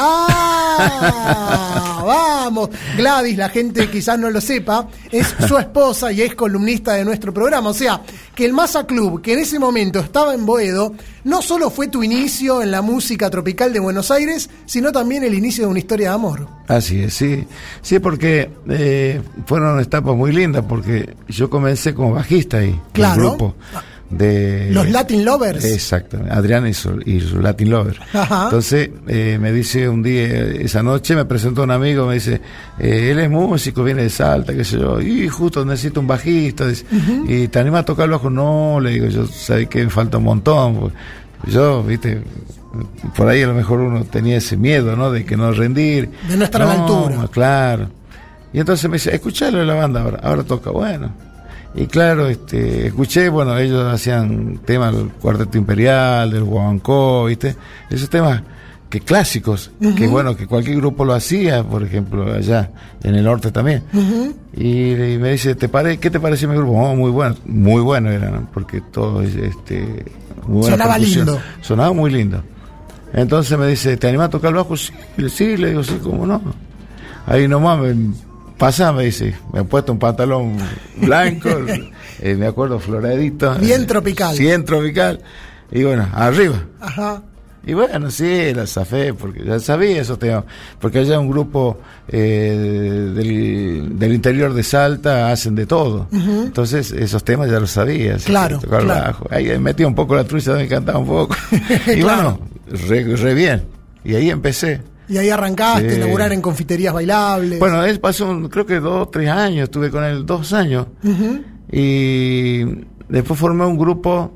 ¡Ah! ¡Vamos! Gladys, la gente quizás no lo sepa, es su esposa y es columnista de nuestro programa. O sea, que el Massa Club, que en ese momento estaba en Boedo, no solo fue tu inicio en la música tropical de Buenos Aires, sino también el inicio de una historia de amor. Así es, sí. Sí, porque eh, fueron etapas muy lindas, porque yo comencé como bajista ahí, claro. En el grupo. De los Latin Lovers. Exactamente, Adrián y su, y su Latin Lover. Ajá. Entonces eh, me dice un día, esa noche me presentó un amigo, me dice, eh, él es músico, viene de Salta, qué sé yo, y justo necesito un bajista, dice, uh-huh. y te animas a tocar el bajo. No, le digo, yo sabía que me falta un montón, pues, yo, viste, por ahí a lo mejor uno tenía ese miedo, ¿no? De que no rendir, de no estar no, a la altura. Claro. Y entonces me dice, escuchalo de la banda ahora, ahora toca, bueno. Y claro, este, escuché, bueno, ellos hacían temas del Cuarteto Imperial, del Guaguancó, ¿viste? Esos temas que clásicos, uh-huh. que bueno, que cualquier grupo lo hacía, por ejemplo, allá en el norte también. Uh-huh. Y, y me dice, ¿te pare, ¿qué te pareció mi grupo? Oh, muy bueno, muy bueno eran, porque todo, este, muy buena sonaba percusión. Lindo. Sonaba muy lindo. Entonces me dice, ¿te animás a tocar el bajo? Sí, sí, le digo, sí, ¿cómo no? Ahí nomás me... Pasa, me dice, me he puesto un pantalón blanco, eh, me acuerdo, floradito. Bien tropical. Bien tropical. Y bueno, arriba. Ajá. Y bueno, sí, la zafé, porque ya sabía esos temas. Porque allá un grupo eh, del, del interior de Salta hacen de todo. Uh-huh. Entonces, esos temas ya los sabía. Claro, tocar claro. bajo. Ahí metí un poco la trucha, me encantaba un poco. Y claro. bueno, re, re bien. Y ahí empecé. Y ahí arrancaste sí. a laburar en confiterías bailables. Bueno, él pasó, un, creo que dos, tres años, estuve con él dos años. Uh-huh. Y después formé un grupo,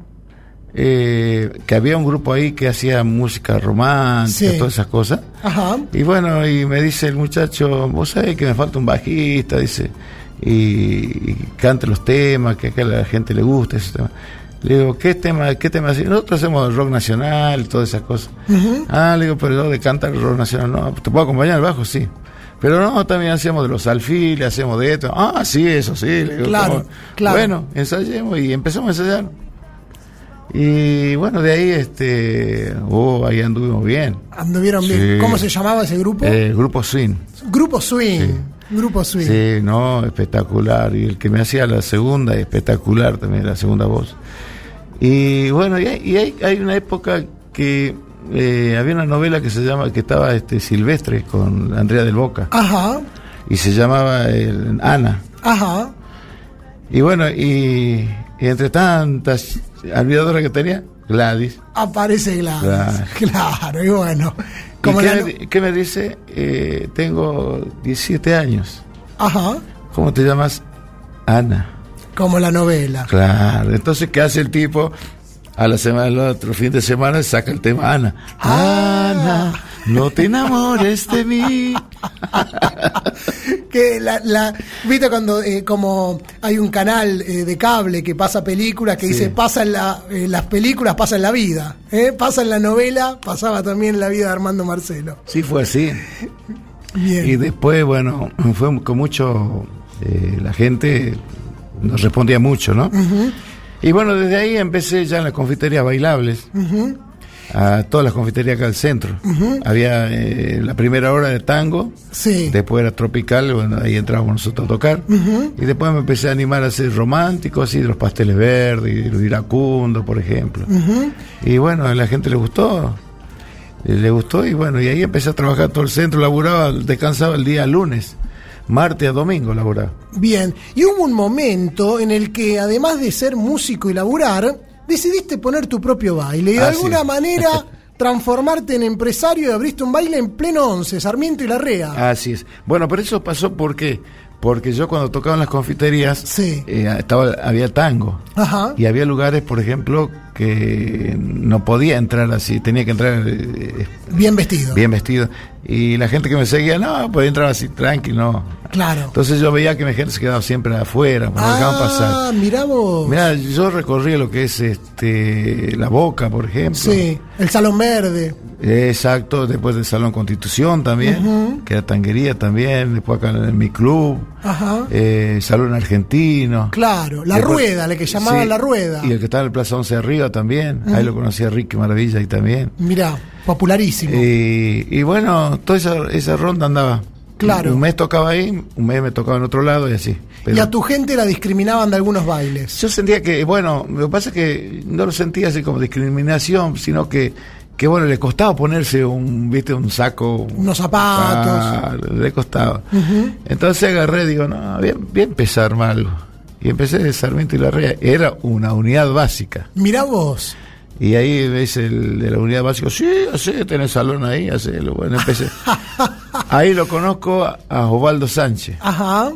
eh, que había un grupo ahí que hacía música romántica, sí. todas esas cosas. Ajá. Y bueno, y me dice el muchacho, vos sabés que me falta un bajista, dice, y, y cante los temas, que acá a la gente le gusta esos temas. Le digo, ¿qué tema? ¿Qué tema? Nosotros hacemos rock nacional, todas esas cosas. Uh-huh. Ah, le digo, pero yo de cantar rock nacional, no, ¿te puedo acompañar al bajo? Sí. Pero no, también hacemos de los alfiles, hacemos de esto. Ah, sí, eso sí. Le digo, claro, ¿cómo? claro. Bueno, ensayemos y empezamos a ensayar. Y bueno, de ahí, este, oh, ahí anduvimos bien. Anduvieron bien. Sí. ¿Cómo se llamaba ese grupo? Eh, Grupo Swing. Grupo Swing. Sí. Grupo Swing. Sí, no, espectacular. Y el que me hacía la segunda, espectacular también, la segunda voz. Y bueno, y hay, y hay, hay una época que eh, había una novela que se llama, que estaba este Silvestre con Andrea del Boca. Ajá. Y se llamaba el, Ana. Ajá. Y bueno, y, y entre tantas admiradoras que tenía, Gladys. Aparece Gladys. Claro, claro y bueno. Como ¿Y qué, la... me, qué me dice? Eh, tengo diecisiete años. Ajá. ¿Cómo te llamas? Ana. Como la novela. Claro, entonces ¿qué hace el tipo? A la semana, el otro fin de semana saca el tema Ana. Ah. Ana, no te enamores de mí. Que la, la, viste cuando eh, como hay un canal eh, de cable que pasa películas que sí. dice pasa en la, eh, las películas pasan en la vida, ¿eh? Pasa en la novela, pasaba también en la vida de Armando Marcelo. Sí, fue así. Bien. Y después, bueno, fue con mucho, eh, la gente nos respondía mucho, ¿no? Uh-huh. Y bueno, desde ahí empecé ya en las confiterías bailables. Uh-huh. a todas las confiterías acá del centro. Uh-huh. Había eh, la primera hora de tango, sí. Después era tropical, bueno, ahí entrábamos nosotros a tocar, uh-huh. Y después me empecé a animar a ser romántico, así, de los pasteles verdes, los iracundos, por ejemplo. Uh-huh. Y bueno, a la gente le gustó, le gustó, y bueno, y ahí empecé a trabajar todo el centro, laburaba, descansaba el día lunes, martes a domingo laburaba. Bien, y hubo un momento en el que, además de ser músico y laburar, decidiste poner tu propio baile y de ah, alguna sí. manera transformarte en empresario y abriste un baile en pleno once, Sarmiento y Larrea. Así es. Bueno, pero eso pasó porque porque yo cuando tocaba en las confiterías, sí. eh, estaba había tango. Ajá. Y había lugares, por ejemplo, que no podía entrar así, tenía que entrar eh, bien vestido. Bien vestido. Y la gente que me seguía, no, podía entrar así tranquilo, no. Claro. Entonces yo veía que mi gente se quedaba siempre afuera, no ah, dejaban pasar. Ah, mirá vos. Mirá, yo recorrí lo que es este La Boca, por ejemplo. Sí, el Salón Verde. Exacto, después del Salón Constitución también, uh-huh. Que era tanguería también, después acá en mi club, ajá. Eh, Salón Argentino. Claro, La después, Rueda, la que llamaban sí, La Rueda. Y el que estaba en el Plaza once arriba también, uh-huh. Ahí lo conocía Ricky Maravilla ahí también. Mirá, popularísimo. Y, y bueno, toda esa, esa ronda andaba. Claro. Un mes tocaba ahí, un mes me tocaba en otro lado y así. Pero y a tu gente la discriminaban de algunos bailes. Yo sentía que, bueno, lo que pasa es que no lo sentía así como discriminación, sino que que bueno, le costaba ponerse un, viste, un saco, unos zapatos, ah, le costaba. Uh-huh. Entonces agarré, digo, no, voy a, voy a empezar a armar algo. Y empecé de Sarmiento y Larrea, era una unidad básica. Mirá vos. Y ahí ves el de la unidad básica, sí, así, tenés salón ahí, hacelo. Bueno, empecé. Ahí lo conozco a, a Osvaldo Sánchez. Ajá.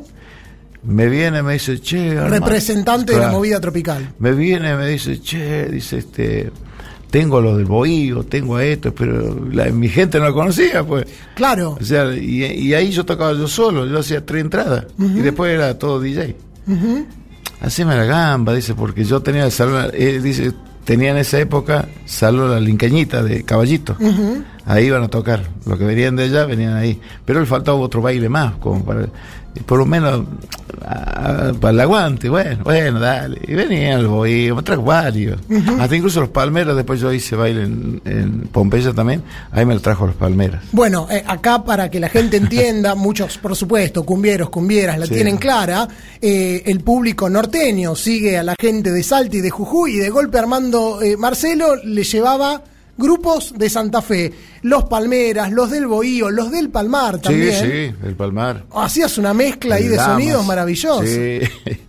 Me viene, me dice, che, hermano, representante claro. de la movida tropical. Me viene, me dice, che, dice, este, tengo lo del bohío, tengo a esto, pero la, mi gente no lo conocía, pues. Claro. O sea, y, y ahí yo tocaba yo solo, yo hacía tres entradas, uh-huh. Y después era todo D J. Uh-huh. Haceme la gamba, dice, porque yo tenía el salón, eh, dice, tenía en esa época salón La Lincañita de Caballito. Uh-huh. Ahí iban a tocar, los que venían de allá venían ahí, pero le faltaba otro baile más, como para, por lo menos a, a, para el aguante, bueno, bueno, dale, y venían los bohíos, me trajo varios, uh-huh. Hasta incluso los Palmeras, después yo hice baile en, en Pompeya también, ahí me lo trajo los Palmeras. Bueno, eh, acá para que la gente entienda, muchos, por supuesto, cumbieros, cumbieras, la sí. tienen clara, eh, el público norteño sigue a la gente de Salta y de Jujuy, y de golpe Armando eh, Marcelo le llevaba grupos de Santa Fe, los Palmeras, los del Bohío, los del Palmar también. Sí, sí, el Palmar. Hacías una mezcla ahí de Damas, sonidos maravillosos. Sí,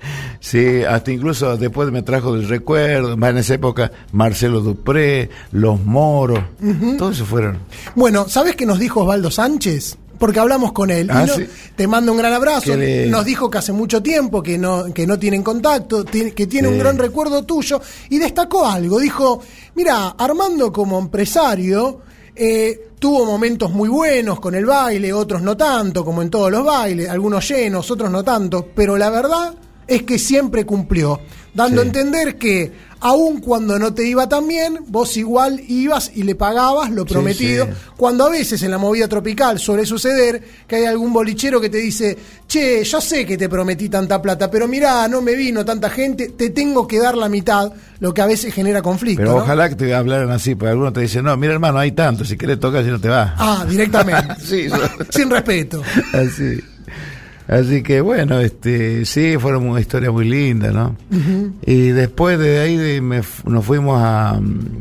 sí, hasta incluso después me trajo del recuerdo, más en esa época, Marcelo Dupré, Los Moros, uh-huh. Todos se fueron. Bueno, ¿sabés qué nos dijo Osvaldo Sánchez? Porque hablamos con él. Ah, y no, sí. Te mando un gran abrazo. Le... Nos dijo que hace mucho tiempo que no, que no tienen contacto, que tiene sí. un gran recuerdo tuyo. Y destacó algo. Dijo, mira, Armando como empresario eh, tuvo momentos muy buenos con el baile, otros no tanto, como en todos los bailes, algunos llenos, otros no tanto. Pero la verdad es que siempre cumplió, dando sí. a entender que aun cuando no te iba tan bien, vos igual ibas y le pagabas lo prometido. Sí, sí. Cuando a veces en la movida tropical suele suceder que hay algún bolichero que te dice, che, yo sé que te prometí tanta plata, pero mirá, no me vino tanta gente, te tengo que dar la mitad, lo que a veces genera conflicto. Pero ¿no? ojalá que te hablaran así, porque algunos te dicen, no, mira hermano, hay tanto, si querés tocar, si no te vas. Ah, directamente. Sí, sin respeto. Así. Así que bueno, este sí, fueron una historia muy linda, ¿no? Uh-huh. Y después de ahí de, me, nos fuimos a,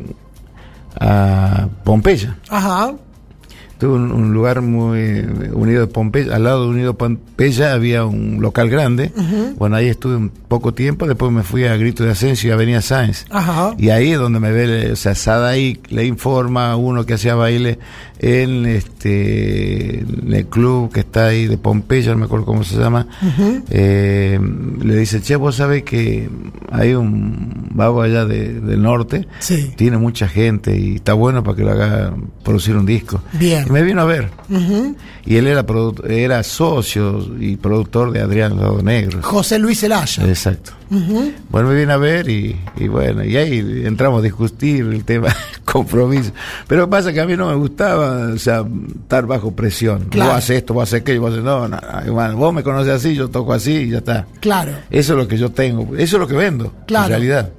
a Pompeya. Ajá. Tuve un, un lugar muy unido de Pompeya, al lado de Unido Pompeya había un local grande. Uh-huh. Bueno, ahí estuve un poco tiempo, después me fui a Grito de Ascenso y Avenida Sáenz. Ajá. Y ahí es donde me ve, o sea, Sadaí le informa a uno que hacía baile en este en el club que está ahí de Pompeya, no me acuerdo cómo se llama. Uh-huh. Eh, le dice, che, vos sabés que hay un vago allá de, del norte, sí. Tiene mucha gente y está bueno para que lo haga producir un disco. Bien. Y me vino a ver. Uh-huh. Y él era produ- era socio y productor de Adrián Lado Negro. José Luis Zelaya. Exacto. Uh-huh. Bueno, me vino a ver y, y bueno, y ahí entramos a discutir el tema compromiso. Pero lo que pasa es que a mí no me gustaba, o sea, estar bajo presión. Claro. Vos haces esto, vos haces aquello, vos haces no, no, no, vos me conoces así, yo toco así y ya está. Claro. Eso es lo que yo tengo, eso es lo que vendo, claro. en realidad.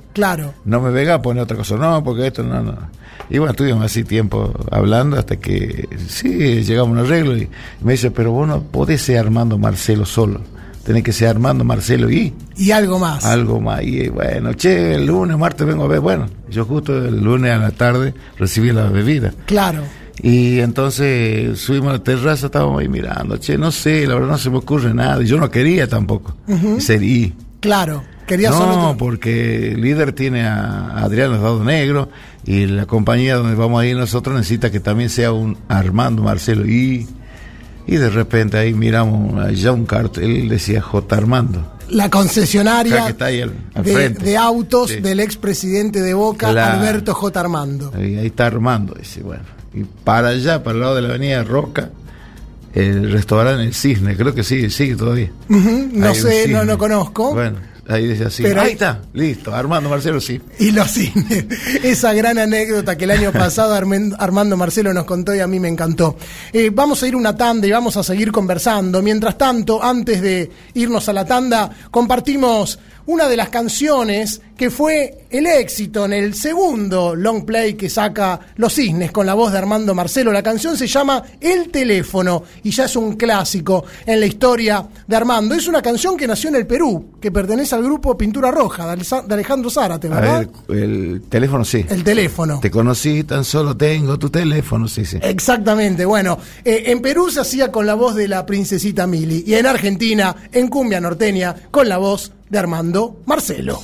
Claro. No me venga a poner otra cosa, no, porque esto no, no. Y bueno, estuvimos así tiempo hablando hasta que sí, llegamos a un arreglo y me dice, pero vos no podés ser Armando Marcelo solo, tenés que ser Armando Marcelo y... Y algo más. Algo más, y bueno, che, el lunes, martes vengo a ver, bueno, yo justo el lunes a la tarde recibí la bebida. Claro. Y entonces subimos a la terraza, estábamos ahí mirando, che, no sé, la verdad no se me ocurre nada, y yo no quería tampoco Uh-huh. ser I. Claro. Quería No, solo... porque el líder tiene a Adrián Dado Negro y la compañía donde vamos a ir nosotros necesita que también sea un Armando Marcelo y y de repente ahí miramos allá un cartel, decía J. Armando. La concesionaria Acá que está ahí al, al de, frente. de autos Sí. del expresidente de Boca, Claro. Alberto J. Armando. Ahí, ahí está Armando, dice, bueno. Y para allá, para el lado de la avenida Roca, el restaurante El Cisne, creo que sigue, sigue todavía. Uh-huh. No Hay un sé, no, cisne. no conozco. Bueno, ahí dice así. Pero ahí hay- está, listo, Armando Marcelo sí. Y los cines. Esa gran anécdota que el año pasado Armen- Armando Marcelo nos contó y a mí me encantó. Eh, vamos a ir una tanda y vamos a seguir conversando. Mientras tanto, antes de irnos a la tanda, compartimos una de las canciones que fue el éxito en el segundo long play que saca Los Cisnes con la voz de Armando Marcelo. La canción se llama El Teléfono y ya es un clásico en la historia de Armando. Es una canción que nació en el Perú, que pertenece al grupo Pintura Roja de Alesa- de Alejandro Zárate, A ¿verdad? ver, el teléfono sí. El teléfono. Te conocí, tan solo tengo tu teléfono, sí, sí. Exactamente, bueno, eh, en Perú se hacía con la voz de la princesita Mili y en Argentina, en cumbia norteña, con la voz de Armando Marcelo.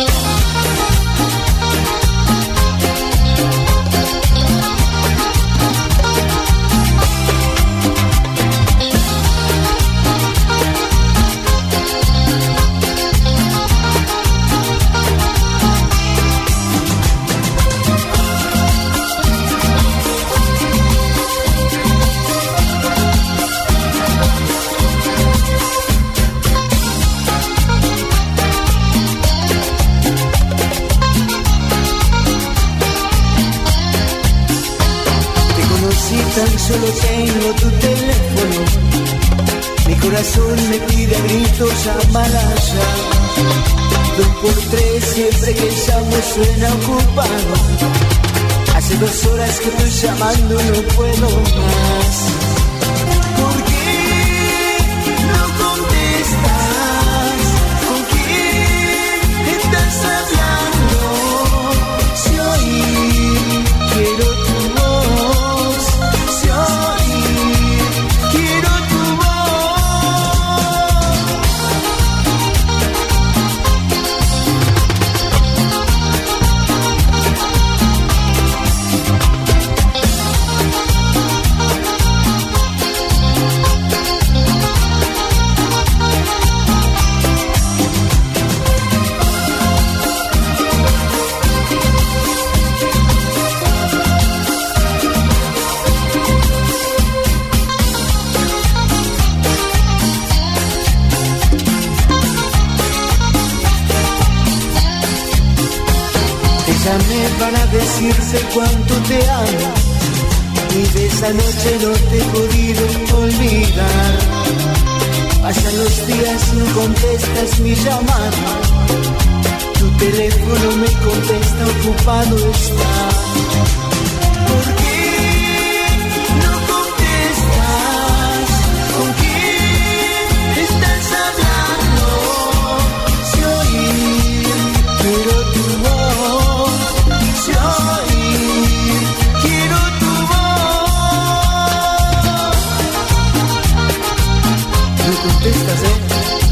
Te conocí, tan solo tengo tu teléfono. Mi corazón me pide a gritos Amalaya. Dos por tres, siempre que llamo suena ocupado. Hace dos horas que estoy llamando, no puedo más. ¿Por qué no contestas? ¿Con quién estás hablando? Si hoy quiero tu voz, si hoy quiero tu voz. Te llamé para decirte cuánto te amo y de esa noche no te he podido olvidar. Pasan los días, no contestas mi llamada. Tu teléfono me contesta, ocupado está. ¿Por qué no contestas? ¿Con quién estás hablando? Si hoy quiero tu voz, si hoy quiero tu voz. No contestas, ¿eh?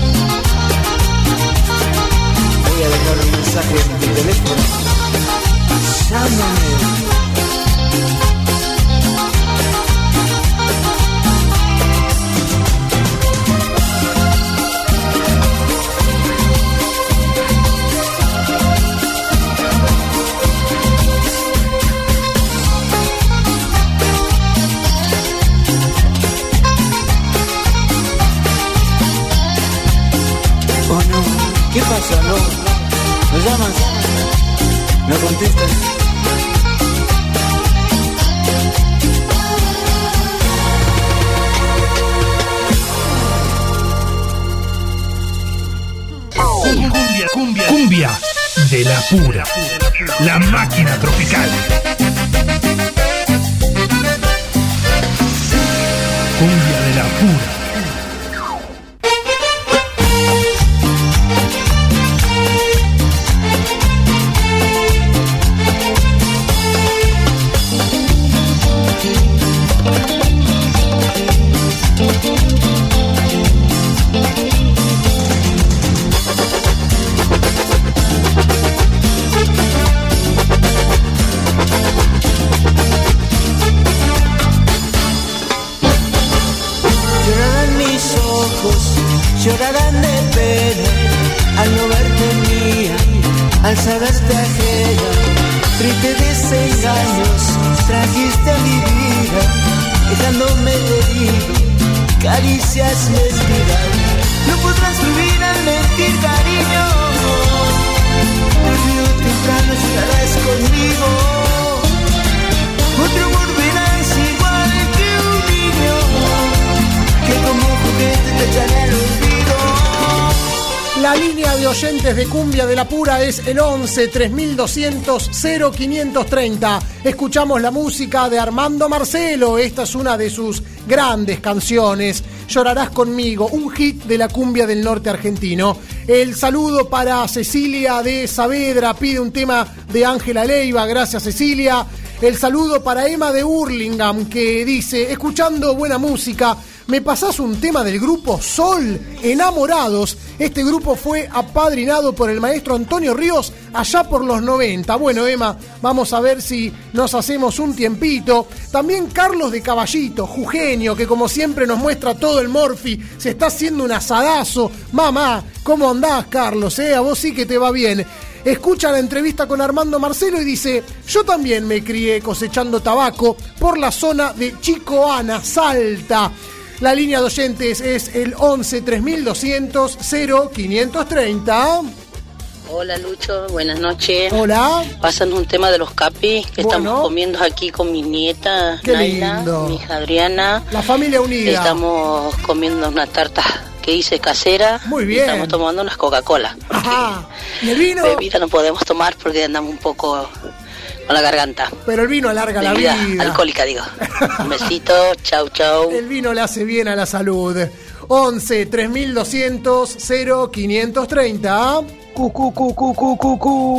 Voy a dejar un mensaje en mi teléfono. Llámame. Oh no, ¿qué pasa? No, ¿me llamas? ¿No contestas? Cumbia, cumbia, cumbia de de la pura. La máquina tropical. Cumbia de la pura. Llorarán de pena al no verte mía, al saberte ajena. Tristes desengaños trajiste a mi vida, dejándome herido, caricias mentiras. No podrás vivir al mentir, cariño. Tarde o temprano estarás conmigo. Otro amor verás igual que un niño, que como juguete te echará el olvido. La línea de oyentes de Cumbia de la Pura es el once tres mil doscientos cero quinientos treinta. Escuchamos la música de Armando Marcelo. Esta es una de sus grandes canciones. Llorarás conmigo, un hit de la cumbia del norte argentino. El saludo para Cecilia de Saavedra, pide un tema de Ángela Leiva. Gracias, Cecilia. El saludo para Emma de Hurlingham, que dice: escuchando buena música, ¿me pasás un tema del grupo Sol? Enamorados. Este grupo fue apadrinado por el maestro Antonio Ríos allá por los noventa. Bueno, Emma, vamos a ver si nos hacemos un tiempito. También Carlos de Caballito, jujeño, que como siempre nos muestra todo el morfi. Se está haciendo un asadazo. Mamá, ¿cómo andás, Carlos? ¿Eh? A vos sí que te va bien. Escucha la entrevista con Armando Marcelo y dice: yo también me crié cosechando tabaco por la zona de Chicoana, Salta. La línea de oyentes es el once tres mil doscientos cero quinientos treinta. Hola Lucho, buenas noches. Hola. Pasan un tema de los capis que bueno, estamos comiendo aquí con mi nieta qué Naila, lindo. Mi hija Adriana. La familia unida. Estamos comiendo una tarta que hice casera. Muy bien. Y estamos tomando unas Coca-Cola. Ajá. ¿Y el vino? Bebida no podemos tomar porque andamos un poco con la garganta. Pero el vino alarga Bebida la vida. Alcohólica, digo. Un besito, chau, chau. El vino le hace bien a la salud. once tres mil doscientos cero quinientos treinta. Cu, cu, cu, cu, cu,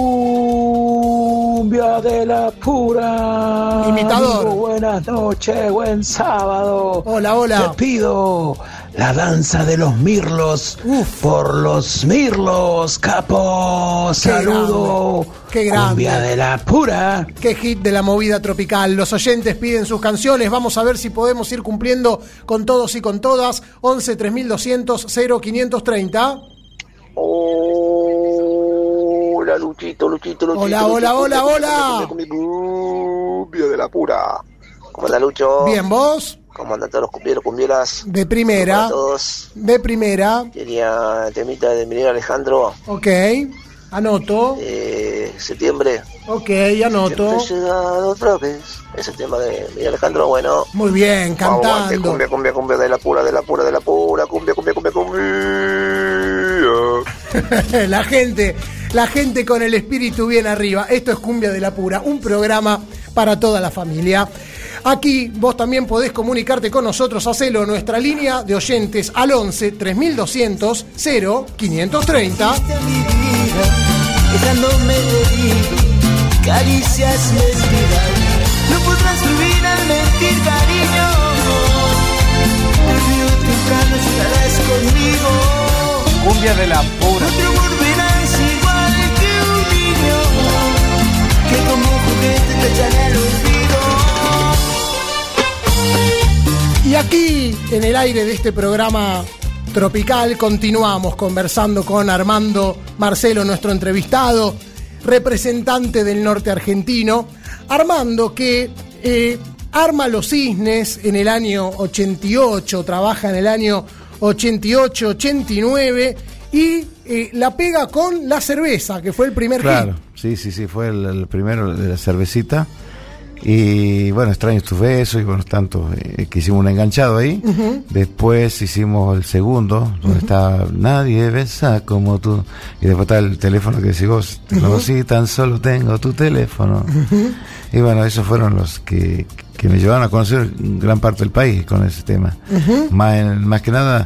cumbia de la pura. Imitador. Amigo, buenas noches, buen sábado. Hola, hola. Te pido la danza de los mirlos. Uf. Por los mirlos, capo. Qué Saludo. Grande. Qué grande. Cumbia de la pura. Qué hit de la movida tropical. Los oyentes piden sus canciones. Vamos a ver si podemos ir cumpliendo con todos y con todas. once tres mil doscientos cero quinientos treinta. Hola, Luchito, Luchito, Luchito. Hola, hola, hola, hola. Cumbia de la pura. ¿Cómo anda, Lucho? Bien, ¿vos? ¿Cómo andan todos los cumbieros, cumbieras? De primera. Todos. De primera. Quería temita de Miguel Alejandro. Ok, anoto. Eh, septiembre. Ok, anoto. Siempre he llegado otra vez. Ese tema de Miguel Alejandro, bueno. Muy bien, cantando. Aguante, cumbia, cumbia, cumbia de la pura, de la pura, de la pura. Cumbia, cumbia, cumbia, cumbia. La gente, la gente con el espíritu bien arriba. Esto es Cumbia de la Pura, un programa para toda la familia. Aquí vos también podés comunicarte con nosotros, hacelo en nuestra línea de oyentes al once tres mil doscientos cero quinientos treinta. Dejándome herido, caricias mentiras. No podrás vivir al mentir, cariño. Tarde o temprano estarás conmigo. Cumbia de la pura. Otro amor verás igual que un niño, que como juguete te echará el olvido. Y aquí, en el aire de este programa tropical, continuamos conversando con Armando Marcelo, nuestro entrevistado, representante del norte argentino. Armando, que eh, arma Los Cisnes en el año ochenta y ocho, trabaja en el año ochenta y ocho, ochenta y nueve y eh, la pega con La Cerveza, que fue el primer claro, hit. sí, sí, sí, fue el, el primero de La Cervecita. Y bueno, Extraño tus besos, y bueno, tanto eh, que hicimos un enganchado ahí. Uh-huh. Después hicimos el segundo, donde uh-huh. está Nadie besa como tú. Y después está el teléfono que decís vos, te conocí, uh-huh. tan solo tengo tu teléfono. Uh-huh. Y bueno, esos fueron los que, que me llevaron a conocer gran parte del país con ese tema. Uh-huh. Más, en, más que nada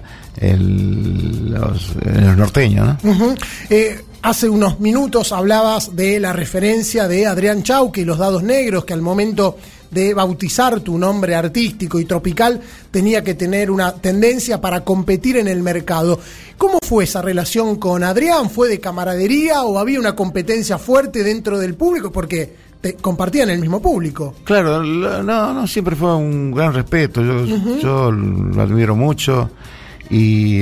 el, los, los norteños, ¿no? Uh-huh. Eh, Hace unos minutos hablabas de la referencia de Adrián Chauque y los Dados Negros, que al momento de bautizar tu nombre artístico y tropical tenía que tener una tendencia para competir en el mercado. ¿Cómo fue esa relación con Adrián? ¿Fue de camaradería o había una competencia fuerte dentro del público? Porque te compartían el mismo público. Claro, no, no, siempre fue un gran respeto. Yo, uh-huh. yo lo admiro mucho. Y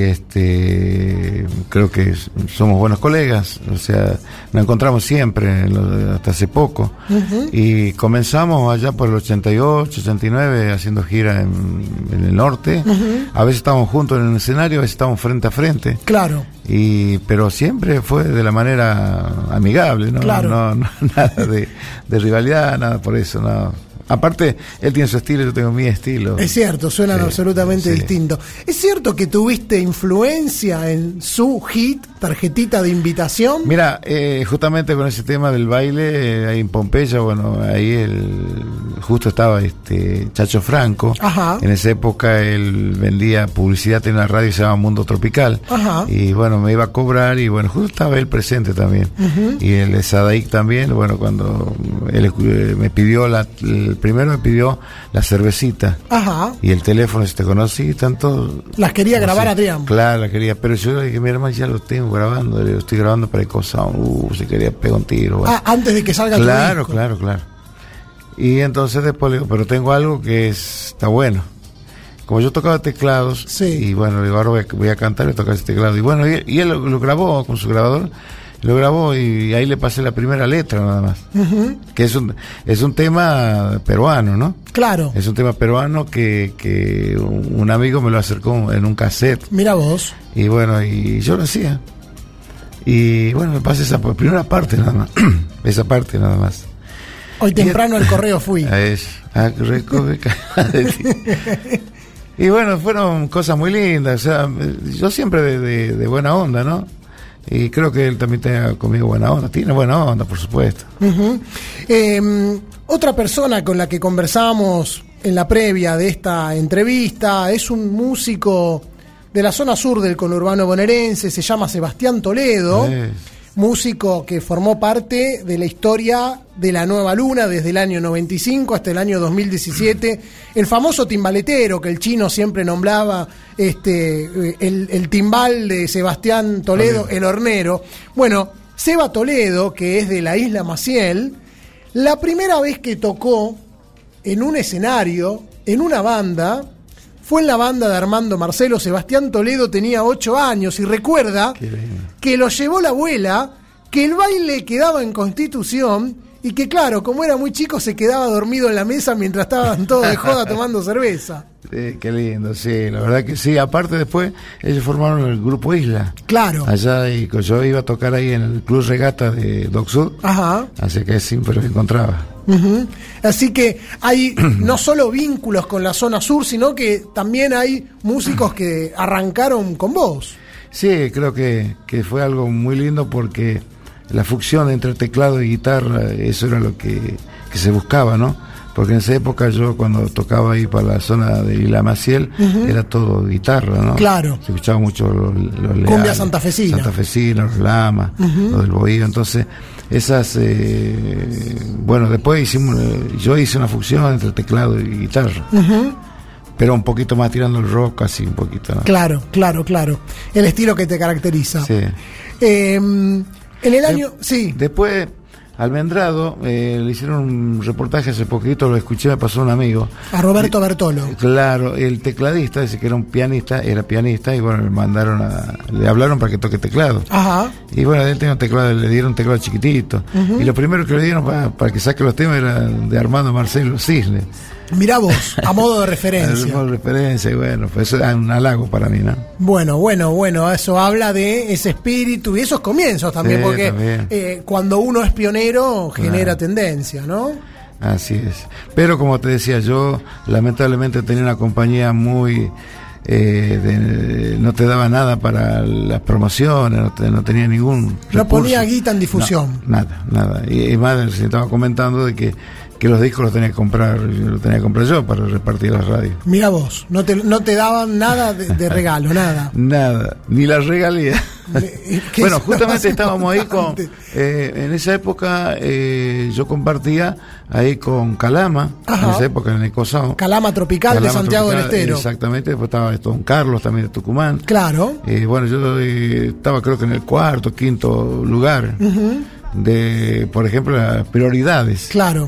este creo que somos buenos colegas, o sea, nos encontramos siempre, hasta hace poco. Uh-huh. Y comenzamos allá por el ochenta y ocho, ochenta y nueve haciendo gira en, en el norte. Uh-huh. A veces estábamos juntos en el escenario, a veces estábamos frente a frente. Claro. Y pero siempre fue de la manera amigable, ¿no? Claro. No, no, nada de, de rivalidad, nada por eso, no. Aparte, él tiene su estilo, yo tengo mi estilo. Es cierto, suenan sí, absolutamente sí. distintos. ¿Es cierto que tuviste influencia en su hit, Tarjetita de Invitación? Mira, eh, justamente con ese tema del baile, eh, ahí en Pompeya, bueno, ahí el, justo estaba este Chacho Franco. Ajá. En esa época él vendía publicidad en una radio que se llama Mundo Tropical. Ajá. Y bueno, me iba a cobrar y bueno, justo estaba él presente también. Uh-huh. Y el Sadaik también, bueno, cuando él eh, me pidió la... El primero me pidió la cervecita. Ajá. Y el teléfono, si te conocí, tanto. Las quería grabar sé, Adrián. Claro, las quería, pero yo le dije, mi hermano, ya lo tengo grabando, lo estoy grabando para el cosa, uh, si quería pegar un tiro. Bueno. Ah, antes de que salga tu Claro, disco. claro, claro. Y entonces después le digo, pero tengo algo que es, está bueno. Como yo tocaba teclados, sí. Y bueno, le digo, ahora voy a, voy a cantar y tocar ese teclado. Y bueno, y, y él lo, lo grabó con su grabador. Lo grabó y ahí le pasé la primera letra nada más. Uh-huh. Que es un es un tema peruano, ¿no? Claro. Es un tema peruano que, que un amigo me lo acercó en un cassette. Mira vos. Y bueno, y yo lo hacía. Y bueno, me pasé esa primera parte nada más. Esa parte nada más. Hoy temprano al correo fui. A eso. A recoger de ti. Y bueno, fueron cosas muy lindas. O sea, yo siempre de, de, de buena onda, ¿no? Y creo que él también tenga conmigo buena onda. Tiene buena onda, por supuesto. Uh-huh. Eh, otra persona con la que conversamos en la previa de esta entrevista es un músico de la zona sur del conurbano bonaerense, se llama Sebastián Toledo. Sí. Músico que formó parte de la historia de la Nueva Luna desde el año noventa y cinco hasta el año dos mil diecisiete. El famoso timbaletero que el chino siempre nombraba, este, el, el timbal de Sebastián Toledo, el hornero. Bueno, Seba Toledo, que es de la isla Maciel, la primera vez que tocó en un escenario, en una banda, fue en la banda de Armando Marcelo. Sebastián Toledo tenía ocho años y recuerda que lo llevó la abuela, que el baile quedaba en Constitución y que claro, como era muy chico se quedaba dormido en la mesa mientras estaban todos de joda tomando cerveza. Sí, qué lindo, sí, la verdad que sí. Aparte después ellos formaron el grupo Isla. Claro. Allá y yo iba a tocar ahí en el Club Regata de Dock Sud. Ajá. Así que siempre lo encontraba. Uh-huh. Así que hay no solo vínculos con la zona sur, sino que también hay músicos que arrancaron con vos. Sí, creo que, que fue algo muy lindo porque la fusión entre teclado y guitarra, eso era lo que, que se buscaba, ¿no? Porque en esa época yo cuando tocaba ahí para la zona de Isla Maciel, uh-huh, era todo guitarra, ¿no? Claro. Se escuchaba mucho los, los cumbia leales, santafesina. Santafesina, los lamas, uh-huh, los del bohío. Entonces, esas, eh, bueno, después hicimos, yo hice una fusión entre teclado y guitarra. Uh-huh. Pero un poquito más tirando el rock, así un poquito, ¿no? Claro, claro, claro. El estilo que te caracteriza. Sí. Eh, en el año, de, sí. Después, Almendrado, eh, le hicieron un reportaje hace poquito, lo escuché, me pasó un amigo. A Roberto Bertolo. Claro, el tecladista, dice que era un pianista, era pianista, y bueno, le mandaron a, le hablaron para que toque teclado. Ajá. Y bueno, él tenía un teclado, le dieron un teclado chiquitito. Uh-huh. Y lo primero que le dieron para, para que saque los temas era de Armando Marcelo Cisne. Mirá vos, a modo de referencia. A modo de referencia, y bueno, pues eso es un halago para mí, ¿no? Bueno, bueno, bueno, eso habla de ese espíritu y esos comienzos también, sí, porque también. Eh, cuando uno es pionero genera claro. tendencia, ¿no? Así es. Pero como te decía, yo lamentablemente tenía una compañía muy... Eh, de, no te daba nada para las promociones, no, te, no tenía ningún recurso. No ponía guita en difusión. No, nada, nada. Y, y más, se estaba comentando de que, que los discos los tenía que comprar, yo los tenía que comprar yo para repartir las radios. Mira vos, no te, no te daban nada de, de regalo, nada. Nada, ni las regalías. Bueno, justamente estábamos ahí con, eh, en esa época eh, yo compartía ahí con Calama, Ajá. en esa época en el Cosao. Calama Tropical Calama de Santiago Tropical, del Estero. Exactamente, después estaba Don Carlos también de Tucumán. Claro. Eh, bueno, yo eh, estaba creo que en el cuarto, quinto lugar Uh-huh. de, por ejemplo, las prioridades. Claro.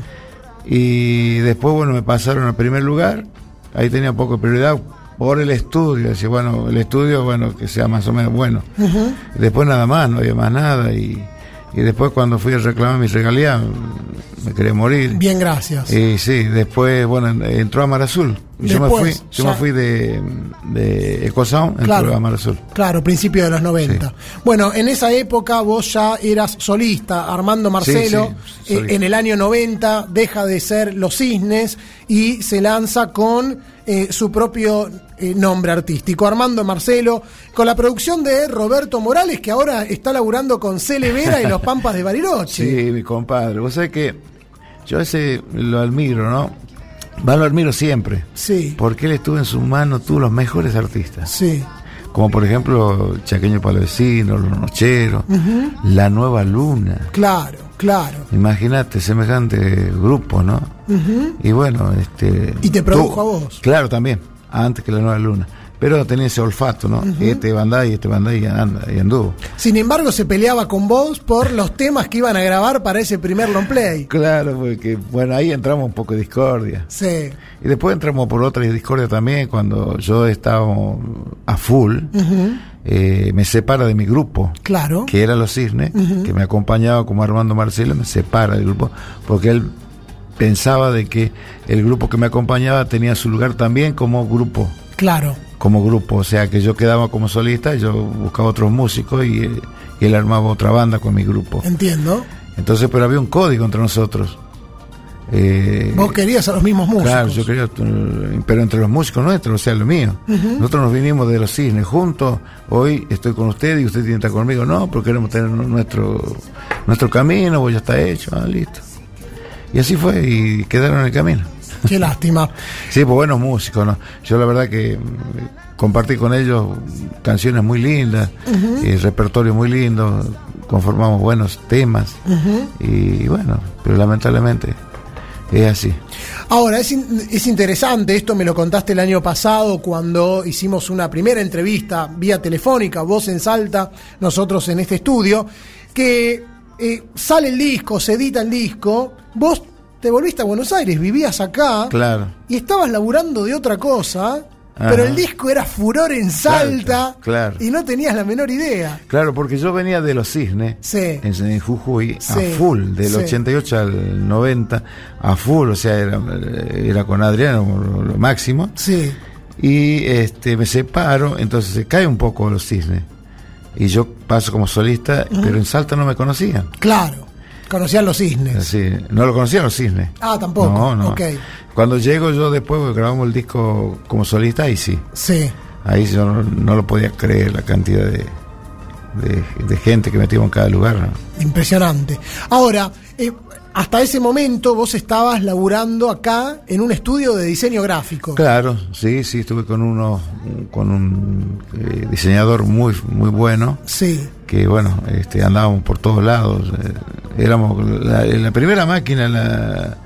Y después, bueno, me pasaron al primer lugar, ahí tenía poco prioridad por el estudio, decía, bueno, el estudio, bueno, que sea más o menos bueno. Uh-huh. Después nada más, no había más nada, y, y después cuando fui a reclamar mis regalías, me quería morir. Bien, gracias. Y sí, después, bueno, entró a Mar Azul. Y yo me Después, fui, yo ya. me fui de, de Ecosound, entró Claro. a Mar Azul. Claro, principio de los noventa. Sí. Bueno, en esa época vos ya eras solista. Armando Marcelo, Sí, sí, eh, solista. en el año noventa, deja de ser Los Cisnes y se lanza con eh, su propio eh, nombre artístico. Armando Marcelo, con la producción de Roberto Morales, que ahora está laburando con Cele Vera y Los Pampas de Bariloche. Sí, mi compadre. Vos sabés que yo a ese lo admiro, ¿no? Va, lo admiro siempre. Sí. Porque él estuvo en sus manos, tuvo los mejores artistas. Sí. Como por ejemplo Chaqueño Palavecino, Los Nocheros, Ujú. La Nueva Luna. Claro, claro. Imagínate semejante grupo, ¿no? Ujú. Y bueno, este. Y te produjo tú- a vos. Claro, también, antes que La Nueva Luna. Pero tenía ese olfato, ¿no? Ujú. Este banda y este banda y anda, y anduvo. Sin embargo, se peleaba con vos por los temas que iban a grabar para ese primer long play. Claro, porque, bueno, ahí entramos un poco de discordia. Sí. Y después entramos por otra discordia también, cuando yo estaba a full, Ujú. eh, me separa de mi grupo, Claro. que era Los Cisnes, Ujú. que me acompañaba como Armando Marcelo, me separa del grupo, porque él pensaba de que el grupo que me acompañaba tenía su lugar también como grupo, Claro. como grupo, o sea que yo quedaba como solista, y yo buscaba otros músicos y, él- y él armaba otra banda con mi grupo. Entiendo. Entonces, pero había un código entre nosotros. Eh, Vos querías a los mismos músicos. Claro, yo quería, eh, pero entre los músicos nuestros, o sea, lo mío. Ujú. Nosotros nos vinimos de Los Cisnes juntos, hoy estoy con usted y usted tiene que estar conmigo. No, porque queremos tener nuestro nuestro camino, pues ya está hecho, ah, listo. Y así fue, y quedaron en el camino. Qué lástima. Sí, pues buenos músicos, ¿no? Yo la verdad que mm, compartí con ellos canciones muy lindas, Ujú. y repertorio muy lindo, conformamos buenos temas, Ujú. y bueno, pero lamentablemente es así. Ahora, es, in- es interesante, esto me lo contaste el año pasado cuando hicimos una primera entrevista vía telefónica, vos en Salta, nosotros en este estudio, que eh, sale el disco, se edita el disco, vos te volviste a Buenos Aires, vivías acá Claro. y estabas laburando de otra cosa, Ajá. pero el disco era furor en Salta claro. y no tenías la menor idea. Claro, porque yo venía de Los Cisnes, Sí. en, en Jujuy, Sí, a full, del sí. ochenta y ocho al noventa, a full, o sea, era, era con Adriano lo, lo máximo. Sí. Y este me separo, entonces se cae un poco Los Cisnes. Y yo paso como solista, Ujú. pero en Salta no me conocían. Claro, conocían Los Cisnes. Así, no lo conocían Los Cisnes. Ah, tampoco. No, no. Ok. Cuando llego yo después, grabamos el disco como solista, ahí sí. Sí. Ahí yo no, no lo podía creer, la cantidad de, de, de gente que metimos en cada lugar, ¿no? Impresionante. Ahora, eh, hasta ese momento vos estabas laburando acá en un estudio de diseño gráfico. Claro, sí, sí, estuve con uno, con un eh, diseñador muy, muy bueno. Sí. Que bueno, este, andábamos por todos lados. eh, éramos la, la primera máquina, la,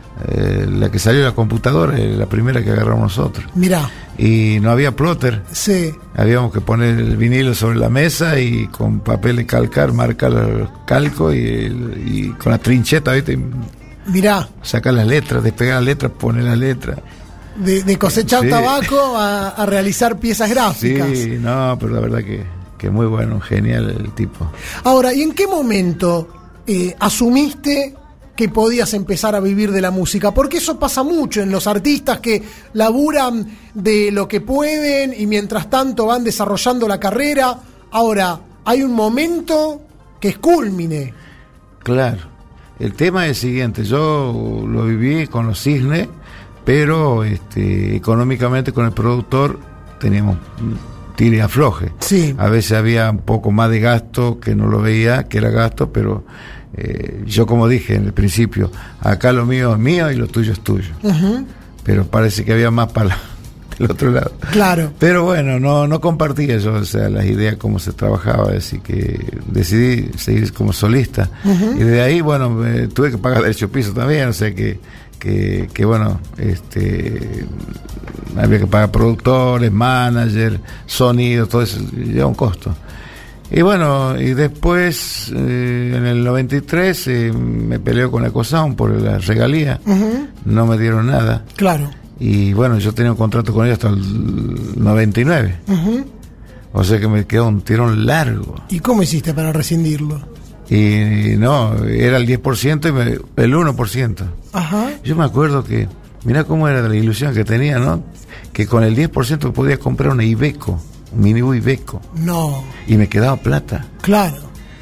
eh, la que salió de la computadora, eh, la primera que agarramos nosotros. Mirá. Y no había plotter. Sí. Habíamos que poner el vinilo sobre la mesa y con papel de calcar, marcar el calco y, y con la trincheta, ¿viste? Mirá. Sacar las letras, despegar las letras, poner las letras. De, de cosechar Sí. tabaco a, a realizar piezas gráficas. Sí, no, pero la verdad que, que muy bueno, genial el tipo. Ahora, ¿y en qué momento eh, asumiste que podías empezar a vivir de la música? Porque eso pasa mucho en los artistas que laburan de lo que pueden y mientras tanto van desarrollando la carrera. Ahora, hay un momento que es cúlmine. Claro. el tema es el siguiente, yo lo viví con los Cisnes, pero este, económicamente con el productor teníamos tire y afloje. Sí. A veces había un poco más de gasto que no lo veía, que era gasto, pero eh, yo como dije en el principio, acá lo mío es mío y lo tuyo es tuyo. Uh-huh. Pero parece que había más para del otro lado. Claro. Pero bueno, no no compartía yo, o sea, las ideas, cómo se trabajaba, así que decidí seguir como solista. Uh-huh. Y de ahí, bueno, me, tuve que pagar derecho piso también, o sea que que, que bueno, este había que pagar productores, manager, sonido, todo eso lleva un costo. Y bueno, y después eh, en el noventa y tres eh, me peleó con Ecosound por la regalía. Uh-huh. No me dieron nada. Claro. Y bueno, yo tenía un contrato con ellos hasta el noventa y nueve. Uh-huh. O sea que me quedó un tirón largo. ¿Y cómo hiciste para rescindirlo? Y no, era el diez por ciento y me, el uno por ciento. Ajá. Yo me acuerdo que, mirá cómo era la ilusión que tenía, ¿no? Que con el diez por ciento podía comprar una Iveco, un minibús Iveco. No. Y me quedaba plata. Claro.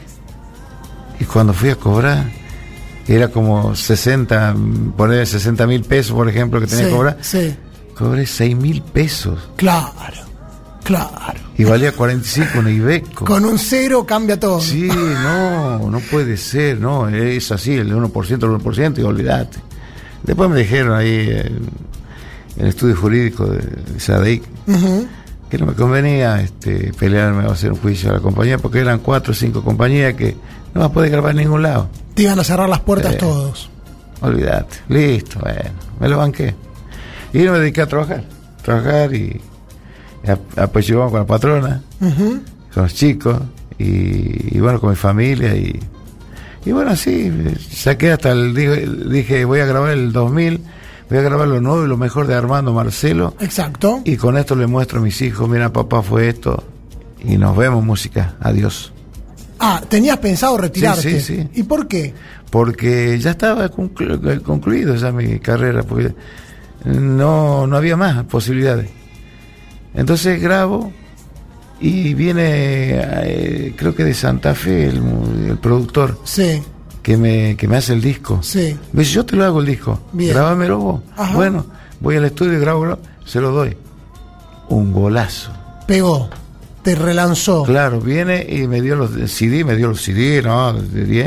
Y cuando fui a cobrar, era como sesenta, poner sesenta mil pesos, por ejemplo, que tenía sí, que cobrar. Sí. Cobré seis mil pesos. Claro, claro. Y valía cuarenta y cinco una Iveco. Con un cero cambia todo. Sí, no, no puede ser, no, es así, el uno por ciento, el uno por ciento, y olvídate. Después me dijeron ahí en el estudio jurídico de SADIC, uh-huh, que no me convenía este, pelearme o hacer un juicio a la compañía, porque eran cuatro o cinco compañías que no vas a poder grabar en ningún lado. Te iban a cerrar las puertas eh, todos. Olvídate, listo, bueno, me lo banqué. Y me dediqué a trabajar, trabajar y apoyamos con la patrona, uh-huh, con los chicos, y, y bueno, con mi familia, y, y bueno, así, saqué hasta el, dije, dije, voy a grabar el dos mil, voy a grabar lo nuevo y lo mejor de Armando Marcelo. Exacto. Y con esto le muestro a mis hijos, mira papá, fue esto, y nos vemos, música, adiós. Ah, tenías pensado retirarte. Sí, sí, sí. ¿Y por qué? Porque ya estaba conclu- concluido ya mi carrera, porque no, no había más posibilidades. Entonces grabo y viene, eh, creo que de Santa Fe, el, el productor, sí, que me que me hace el disco. Sí. Me dice, yo te lo hago el disco, grábamelo vos. Ajá. Bueno, voy al estudio, grabo, grabo, se lo doy. Un golazo. Pegó, te relanzó. Claro, viene y me dio los C D, me dio los C D, no, de diez.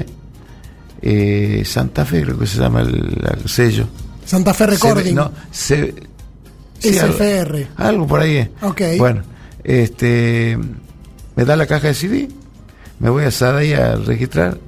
Eh, Santa Fe, creo que se llama el, el sello. Santa Fe Recording. Se, no, se... Sí, S F R. Algo, algo por ahí. Okay. Bueno, este me da la caja de C D, me voy a Sadai a registrar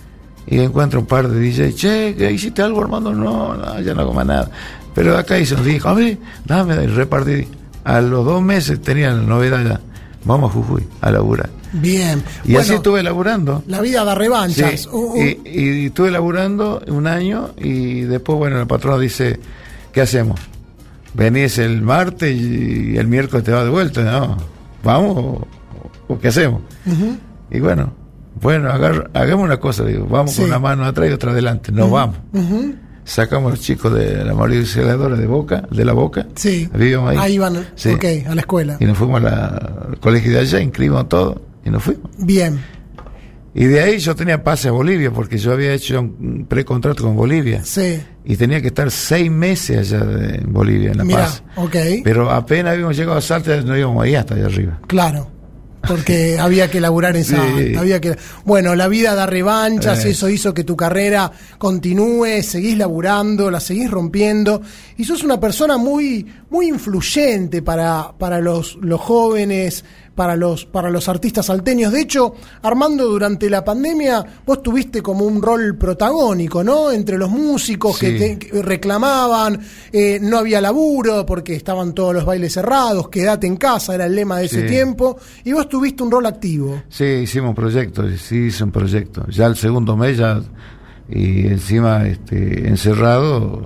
y encuentro un par de D Js. Che, ¿que hiciste algo, Armando? No, no, ya no hago más nada. Pero acá hice un disco, a ver, dame, y repartí. A los dos meses tenía la novedad ya. Vamos a Jujuy a laburar. Bien. Y bueno, así estuve laburando. La vida da revanchas. Sí, uh, uh. Y, y estuve laburando un año y después, bueno, el patrón dice, ¿qué hacemos? Venís el martes y el miércoles te vas de vuelta, ¿no? ¿Vamos o, o qué hacemos? Uh-huh. Y bueno, bueno, agar, hagamos una cosa, digo, vamos sí, con una mano atrás y otra adelante, nos uh-huh, vamos. Uh-huh. Sacamos a los chicos de la Mauriceladora de Boca, de la Boca. Sí. Vivíamos ahí. Ahí iban, sí, ok, a la escuela. Y nos fuimos a la, al colegio de allá, inscribimos todo y nos fuimos. Bien. Y de ahí yo tenía pase a Bolivia, porque yo había hecho un precontrato con Bolivia. Sí. Y tenía que estar seis meses allá de, en Bolivia, en La Mirá, Paz. Okay. Pero apenas habíamos llegado a Salta, no íbamos ahí hasta allá arriba. Claro, porque había que laburar en Salta. Sí. Había que... Bueno, la vida da revanchas, eh. Eso hizo que tu carrera continúe, seguís laburando, la seguís rompiendo. Y sos una persona muy, muy influyente para, para los, los jóvenes, para los, para los artistas salteños. De hecho, Armando, durante la pandemia vos tuviste como un rol protagónico, ¿no? Entre los músicos, sí, que, te, que reclamaban, eh, no había laburo porque estaban todos los bailes cerrados, quédate en casa, era el lema de ese sí, tiempo, y vos tuviste un rol activo. Sí, hicimos un proyecto, sí hice un proyecto. Ya el segundo mes ya, y encima este, encerrado,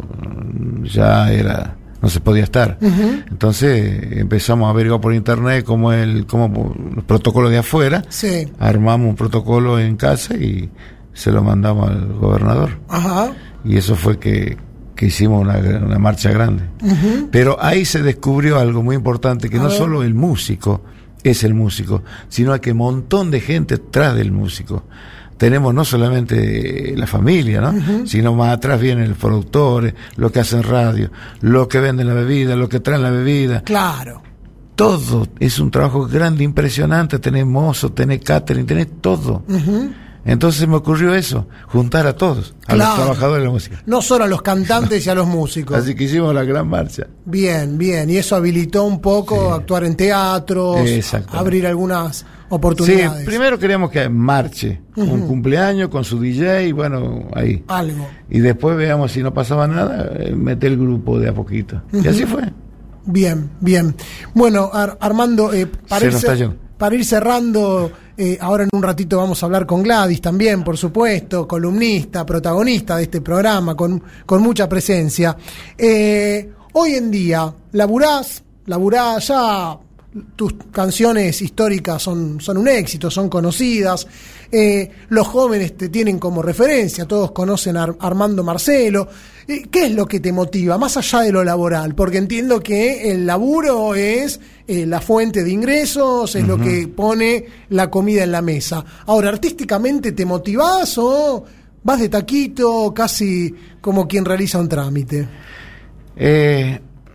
ya era... no se podía estar. Uh-huh. Entonces empezamos a averiguar por internet cómo el cómo los protocolos de afuera. Sí. Armamos un protocolo en casa y se lo mandamos al gobernador. Ajá. Y eso fue que, que hicimos una, una marcha grande. Uh-huh. Pero ahí se descubrió algo muy importante, que a no ver. Solo el músico es el músico, sino que un montón de gente atrás del músico. tenemos no solamente la familia, ¿no? Uh-huh. Sino más atrás vienen los productores, los que hacen radio, los que venden la bebida, los que traen la bebida. Claro. Todo es un trabajo grande, impresionante. Tenés mozo, tenés catering, tenés todo. Uh-huh. Entonces me ocurrió eso, juntar a todos, a claro. los trabajadores de la música. No solo a los cantantes y a los músicos. Así que hicimos la gran marcha. Bien, bien, y eso habilitó un poco sí. actuar en teatros, abrir algunas oportunidades. Sí, primero queríamos que marche, uh-huh. un cumpleaños con su D J, y bueno, ahí. Algo. Y después veamos si no pasaba nada, meter el grupo de a poquito. Uh-huh. Y así fue. Bien, bien. Bueno, Ar- Armando, eh, para, ir cer- para ir cerrando... Eh, ahora en un ratito vamos a hablar con Gladys también, por supuesto, columnista, protagonista de este programa, con, con mucha presencia. Eh, hoy en día, laburás, laburás ya, tus canciones históricas son, son un éxito, son conocidas, eh, los jóvenes te tienen como referencia, todos conocen a Ar- Armando Marcelo. Eh, ¿Qué es lo que te motiva, más allá de lo laboral? Porque entiendo que el laburo es eh, la fuente de ingresos, es uh-huh. lo que pone la comida en la mesa. Ahora, ¿artísticamente te motivás o vas de taquito, casi como quien realiza un trámite? Eh...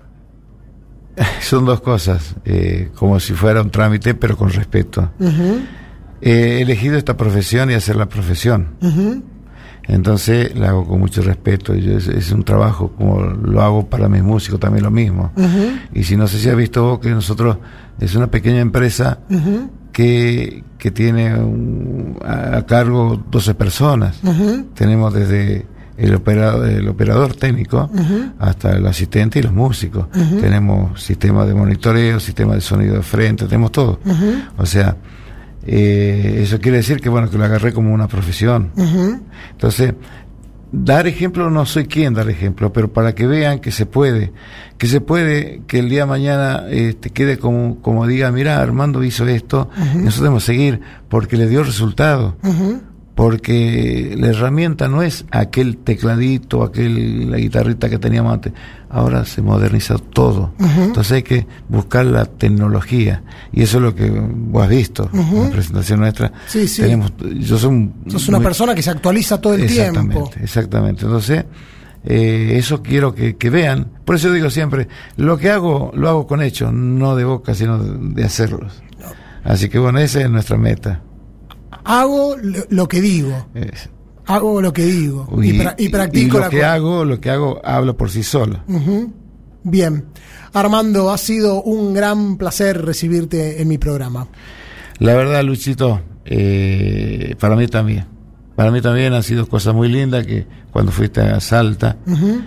Son dos cosas, eh, como si fuera un trámite, pero con respeto. Uh-huh. He elegido esta profesión y hacer la profesión. Uh-huh. Entonces la hago con mucho respeto. Yo, es, es un trabajo como lo hago para mis músicos, también lo mismo. Uh-huh. Y si no sé si has visto vos que nosotros es una pequeña empresa uh-huh. que, que tiene un, a, a cargo doce personas. Uh-huh. Tenemos desde el operador, el operador técnico uh-huh. hasta el asistente y los músicos. Uh-huh. Tenemos sistema de monitoreo, sistema de sonido de frente, tenemos todo. Uh-huh. O sea, eh, eso quiere decir que bueno, que lo agarré como una profesión. Uh-huh. Entonces, dar ejemplo, no soy quien dar ejemplo, pero para que vean que se puede, que se puede, que el día de mañana este, quede como, como diga, mira, Armando hizo esto, uh-huh. y nosotros debemos seguir, porque le dio resultado. Uh-huh. Porque la herramienta no es aquel tecladito, aquel la guitarrita que teníamos antes. Ahora se moderniza todo. Uh-huh. Entonces hay que buscar la tecnología. Y eso es lo que vos has visto uh-huh. en la presentación nuestra. Sí, sí. Tenemos, yo soy un, Sos una muy, persona que se actualiza todo el exactamente, tiempo. Exactamente. Entonces, eh, eso quiero que, que vean. Por eso digo siempre, lo que hago, lo hago con hechos, no de boca, sino de, de hacerlos. No. Así que bueno, esa es nuestra meta. Hago lo que digo. Es. Hago lo que digo. Y, y, pra- y practico y lo la que co- hago, lo que hago, hablo por sí solo. Uh-huh. Bien. Armando, ha sido un gran placer recibirte en mi programa. La verdad, Luchito, eh, para mí también. Para mí también han sido cosas muy lindas que cuando fuiste a Salta, uh-huh.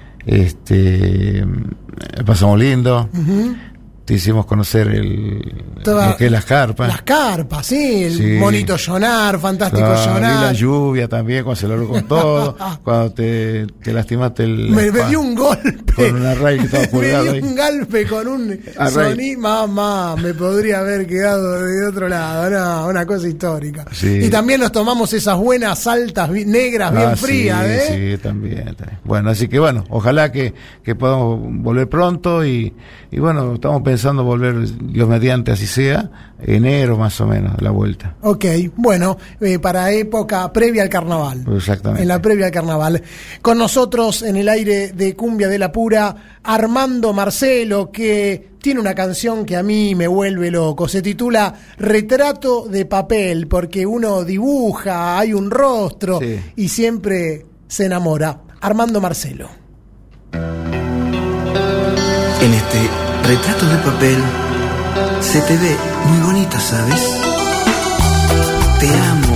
este, pasamos lindo. Uh-huh. Te hicimos conocer el Toda, lo que es las carpas. Las carpas, sí, el sí. Monito Jonar, fantástico claro, Jonar. Y la lluvia también, cuando se logró con todo. Cuando te, te lastimaste el. Me, me dio un golpe. Con un array que estaba colgado. Me ahí. dio un golpe con un sonido. Mamá, me podría haber quedado de otro lado. No, una cosa histórica. Sí. Y también nos tomamos esas buenas saltas negras, bien ah, frías, sí, ¿eh? Sí, también, también. Bueno, así que bueno, ojalá que, que podamos volver pronto y, y bueno, estamos pensando. pensando volver, Dios mediante, así sea, enero más o menos, la vuelta. Ok, bueno, eh, para época previa al carnaval. Exactamente. En la previa al carnaval. Con nosotros en el aire de Cumbia de la Pura, Armando Marcelo, que tiene una canción que a mí me vuelve loco. Se titula Retrato de papel, porque uno dibuja, hay un rostro sí. y siempre se enamora. Armando Marcelo. En este retrato de papel se te ve muy bonita, ¿sabes? Te amo.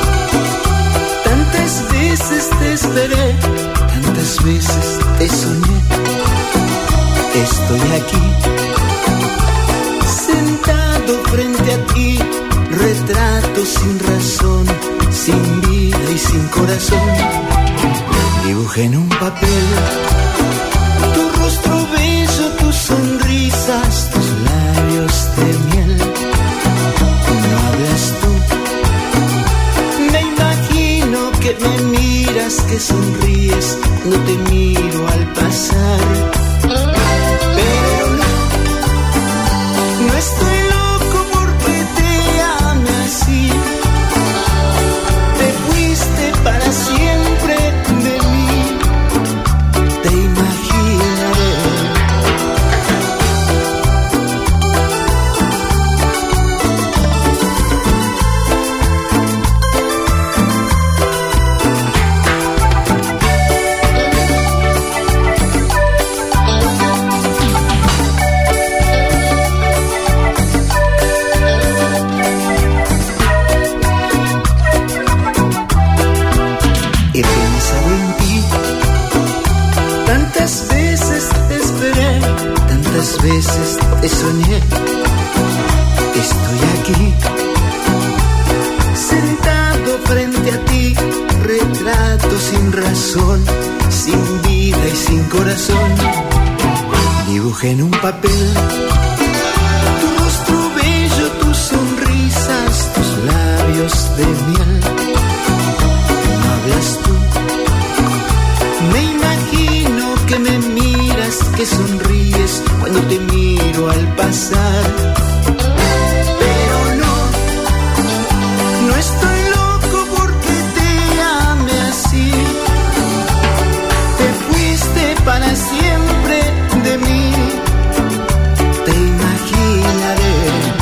Tantas veces te soñé de miel. No hablas tú. Me imagino que me miras, que sonríes, no te miro al pasar. Pero no, no estoy loco porque te ame así. Te fuiste para siempre de mí. Te imaginaré. He pensado en ti, tantas veces te esperé, tantas veces te soñé. Estoy aquí, sentado frente a ti, retrato sin razón, sin vida y sin corazón. Dibujé en un papel tu rostro bello, tus sonrisas, tus labios de miel. No hablas tú. Me imagino que me miras, que sonríes cuando te miro al pasar. Pero no, no estoy loco porque te ame así. Te fuiste para siempre de mí. Te imaginaré.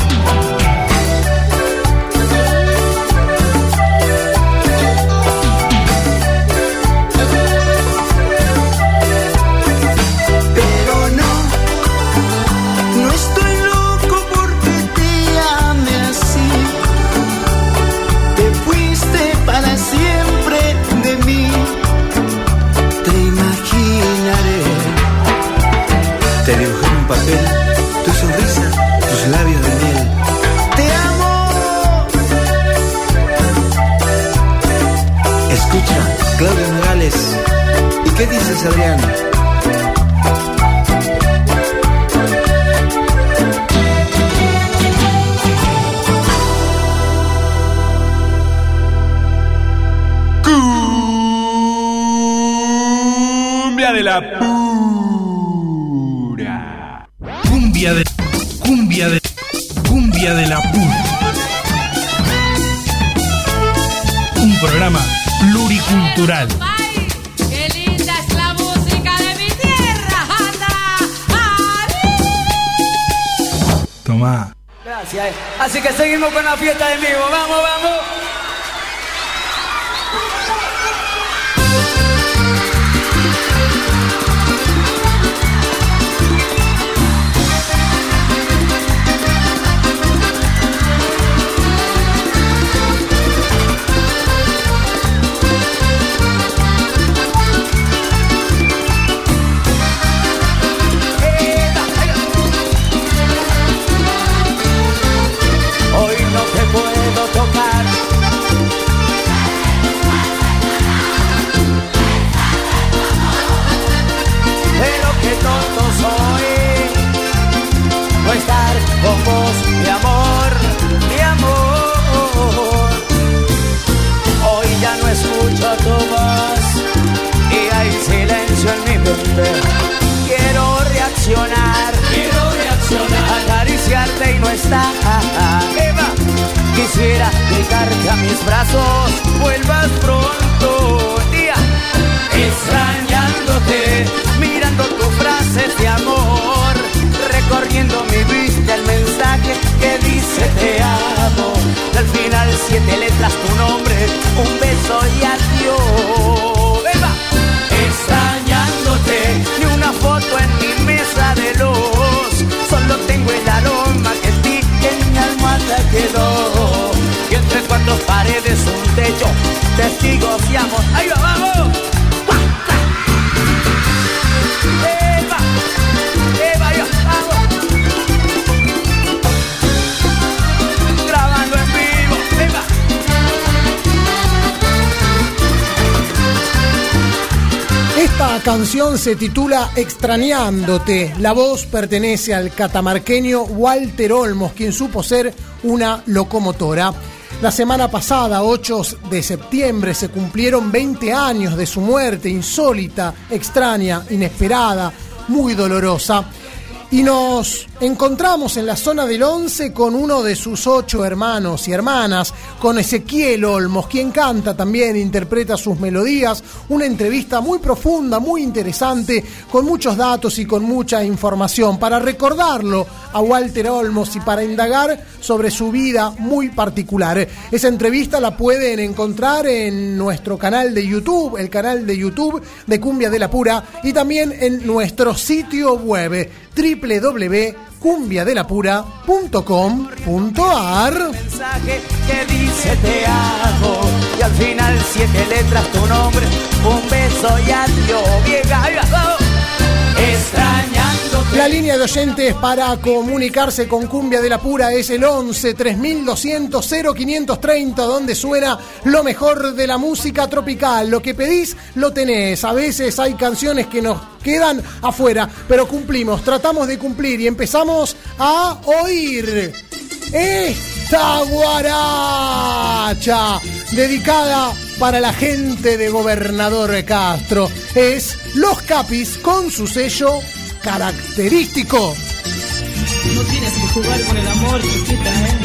Te dibujé en un papel tu sonrisa, tus labios de miel. ¡Te amo! Escucha, Claudio Morales. ¿Y qué dices, Adrián? Cumbia de la Cumbia de, cumbia de, cumbia de la pura. Un programa pluricultural. Ay, qué linda es la música de mi tierra, anda. ¡Ay! Tomá. Gracias. Así que seguimos con la fiesta en vivo. Vamos, vamos. Hoy no te puedo tocar, pero qué tonto soy, no estar con vos, mi amor, mi amor. Hoy ya no escucho tu voz y hay silencio en mi mente. Quiero reaccionar, quiero reaccionar, acariciarte y no estar. Eva, quisiera dedicarte a mis brazos, vuelvas pronto, tía. Extrañándote, mirando tus frases de amor, recorriendo mi vista el mensaje que dice te amo. Al final siete letras tu nombre, un beso y adiós. Eva, extrañándote, ni una foto en mi mesa de luz, solo tengo el aroma que en ti en mi almohada quedó. Y entre cuatro paredes un techo, testigos y amor. ¡Ahí va, vamos! ¡Eva! ¡Eva, ya, vamos! Grabando en vivo, ¡Eva! Esta canción se titula Extrañándote. La voz pertenece al catamarqueño Walter Olmos, quien supo ser una locomotora. La semana pasada, ocho de septiembre, se cumplieron veinte años de su muerte, insólita, extraña, inesperada, muy dolorosa. Y nos encontramos en la zona del Once con uno de sus ocho hermanos y hermanas, con Ezequiel Olmos, quien canta también, interpreta sus melodías. Una entrevista muy profunda, muy interesante, con muchos datos y con mucha información para recordarlo a Walter Olmos y para indagar sobre su vida muy particular. Esa entrevista la pueden encontrar en nuestro canal de YouTube, el canal de YouTube de Cumbia de la Pura, y también en nuestro sitio web doble u doble u doble u punto cumbia de la pura punto com punto a r. Mensaje que dice te amo y al final siete letras tu nombre, un beso y adiós, vieja. Extrañándote. La línea de oyentes para comunicarse con Cumbia de la Pura es el once tres mil doscientos cero quinientos treinta, donde suena lo mejor de la música tropical. Lo que pedís lo tenés. A veces hay canciones que nos quedan afuera, pero cumplimos, tratamos de cumplir y empezamos a oír esta guaracha dedicada para la gente de Gobernador Castro. Es Los Capis con su sello característico. No tienes que jugar con el amor, chiquita, ¿eh?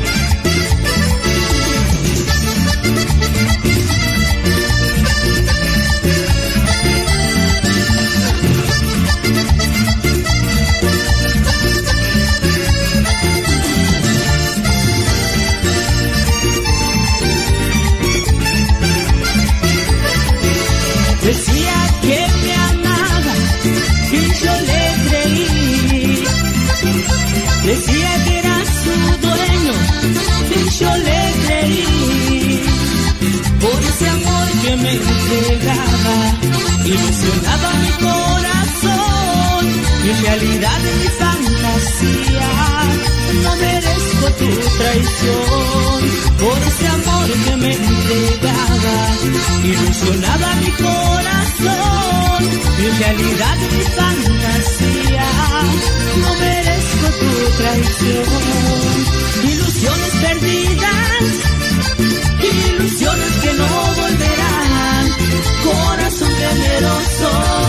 Decía que me amaba y yo le creí. Decía que era su dueño y yo le creí. Por ese amor que me entregaba, ilusionaba mi corazón. Y en realidad mi fantasía, no merezco tu traición. Por ese amor que me entregaba, ilusionaba mi corazón. Y en realidad mi fantasía, no merezco tu traición. Ilusiones perdidas, ilusiones que no volverán. Corazón temeroso,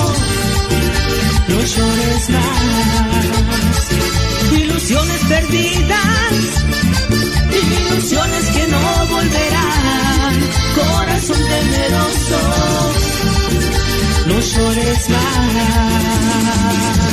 no llores más. Ilusiones perdidas, ilusiones que no volverán. Corazón temeroso, no llores más.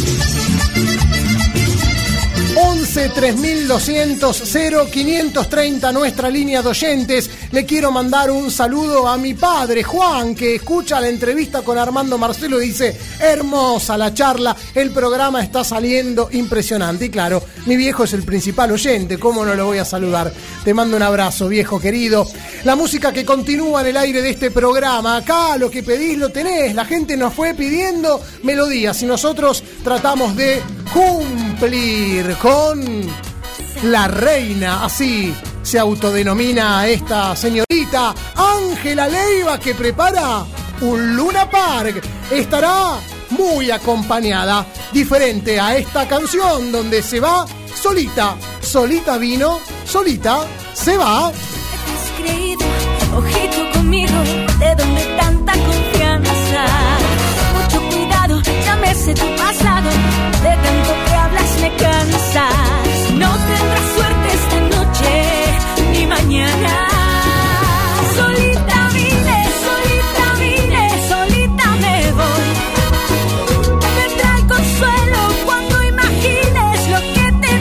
once tres mil doscientos cero quinientos treinta, nuestra línea de oyentes. Le quiero mandar un saludo a mi padre Juan, que escucha la entrevista con Armando Marcelo y dice: hermosa la charla, el programa está saliendo impresionante. Y claro, mi viejo es el principal oyente, ¿cómo no lo voy a saludar? Te mando un abrazo, viejo querido. La música que continúa en el aire de este programa, acá lo que pedís lo tenés. La gente nos fue pidiendo melodías y nosotros tratamos de cumplir con la reina, así se autodenomina a esta señorita Ángela Leiva, que prepara un Luna Park. Estará muy acompañada, diferente a esta canción donde se va solita, solita vino, solita se va. ¿Te has creído? Ojito conmigo, ¿de dónde tanta confianza? Mucho cuidado, ya me sé tu pasado, de tanto que hablas me cansas. No tendrás suerte esta noche, ni mañana. Solita vine, solita vine, solita me voy. Vendrá el consuelo cuando imagines lo que te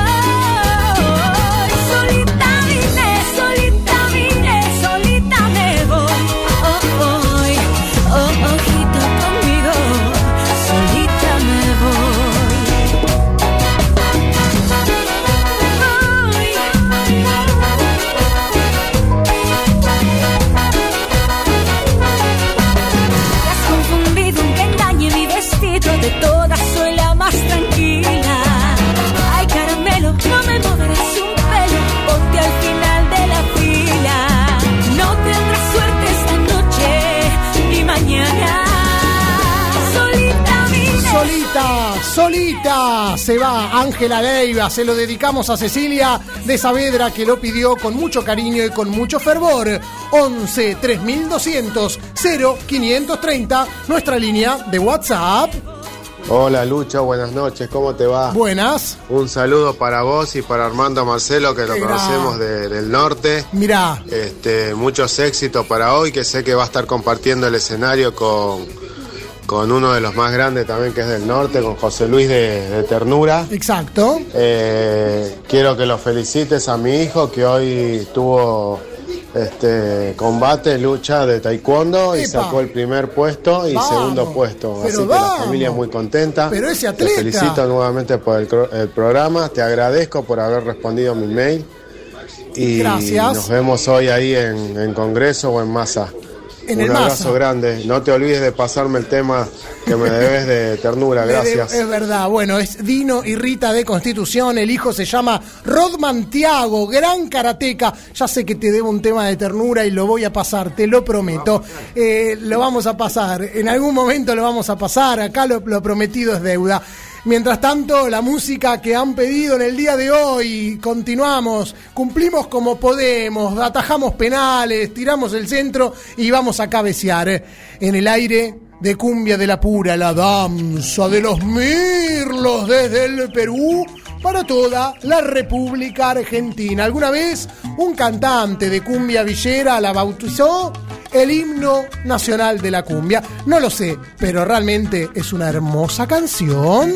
doy. Solita vine, solita vine, solita me voy. Oh, oh, oh, ojito conmigo, solita me voy. Ángela Leiva. Se lo dedicamos a Cecilia de Saavedra, que lo pidió con mucho cariño y con mucho fervor. once tres mil doscientos cero quinientos treinta, nuestra línea de WhatsApp. Hola Lucho, buenas noches, ¿cómo te va? Buenas. Un saludo para vos y para Armando Marcelo, que lo Mirá. conocemos de, del norte. Mirá. Este, muchos éxitos para hoy, que sé que va a estar compartiendo el escenario con, con uno de los más grandes también, que es del norte, con José Luis de, de Ternura. Exacto. Eh, quiero que lo felicites a mi hijo, que hoy tuvo este combate, lucha de taekwondo. Epa. Y sacó el primer puesto y vamos. segundo puesto. Pero así vamos. que la familia muy contenta. Pero ese atleta. Te felicito nuevamente por el, el programa. Te agradezco por haber respondido a mi mail. Y Gracias. Nos vemos hoy ahí en, en Congreso o en Massa. En Un abrazo Massa. grande. No te olvides de pasarme el tema que me debes de Ternura. Gracias. Es verdad. Bueno, es Dino y Rita de Constitución. El hijo se llama Rodman Tiago, gran karateca. Ya sé que te debo un tema de Ternura y lo voy a pasar, te lo prometo. Eh, lo vamos a pasar. En algún momento lo vamos a pasar. Acá lo, lo prometido es deuda. Mientras tanto, la música que han pedido en el día de hoy, continuamos, cumplimos como podemos, atajamos penales, tiramos el centro y vamos a cabecear en el aire de Cumbia de la Pura, la danza de los mirlos desde el Perú para toda la República Argentina. ¿Alguna vez un cantante de cumbia villera la bautizó el himno nacional de la cumbia? No lo sé, pero realmente es una hermosa canción.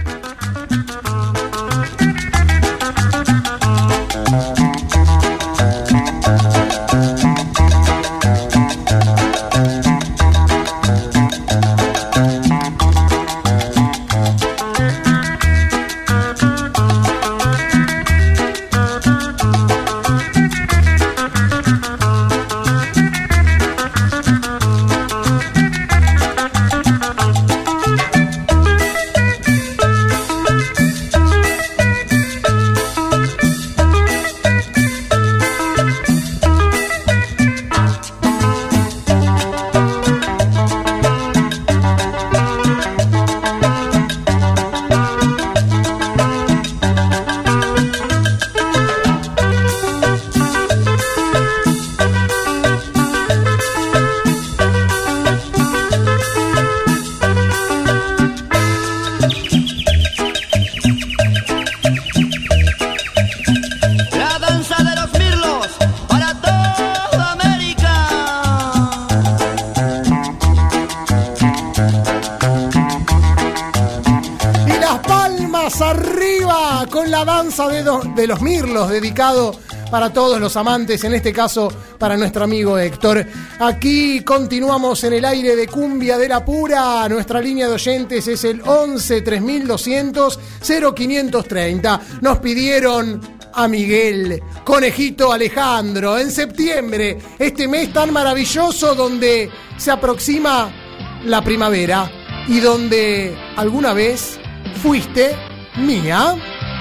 De, do, de los mirlos, dedicado para todos los amantes, en este caso para nuestro amigo Héctor. Aquí continuamos en el aire de Cumbia de la Pura. Nuestra línea de oyentes es el once tres mil doscientos cero quinientos treinta. Nos pidieron a Miguel, Conejito Alejandro, en septiembre, este mes tan maravilloso donde se aproxima la primavera y donde alguna vez fuiste mía.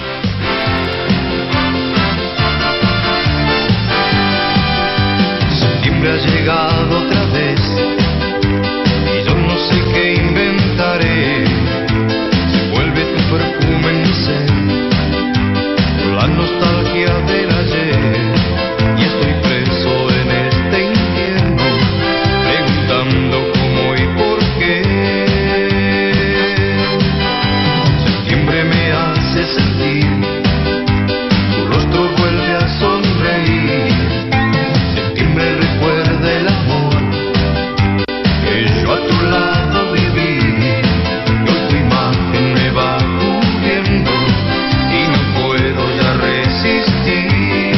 Ha llegado otra vez y yo no sé qué inventaré. Se vuelve tu perfume en mi ser, la nostalgia del ayer, y estoy preso en este infierno, preguntando cómo y por qué. Septiembre me hace sentir, tu rostro vuelve a sonreír. Septiembre recuerda el amor que yo a tu lado viví, y hoy tu imagen me va cubriendo y no puedo ya resistir.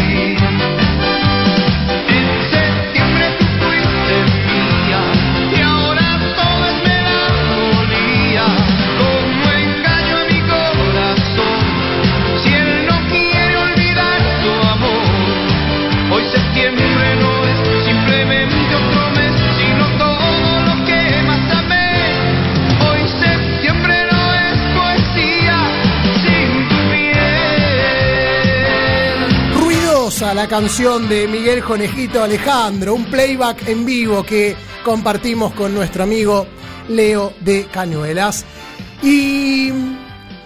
En septiembre tú fuiste mía y ahora todo es melancolía. Como engaño a mi corazón si él no quiere olvidar tu amor. Hoy septiembre no es simplemente otro mes, sino todo lo que más amé. Hoy septiembre no es poesía sin tu piel. Ruidosa la canción de Miguel Conejito Alejandro, un playback en vivo que compartimos con nuestro amigo Leo de Cañuelas. Y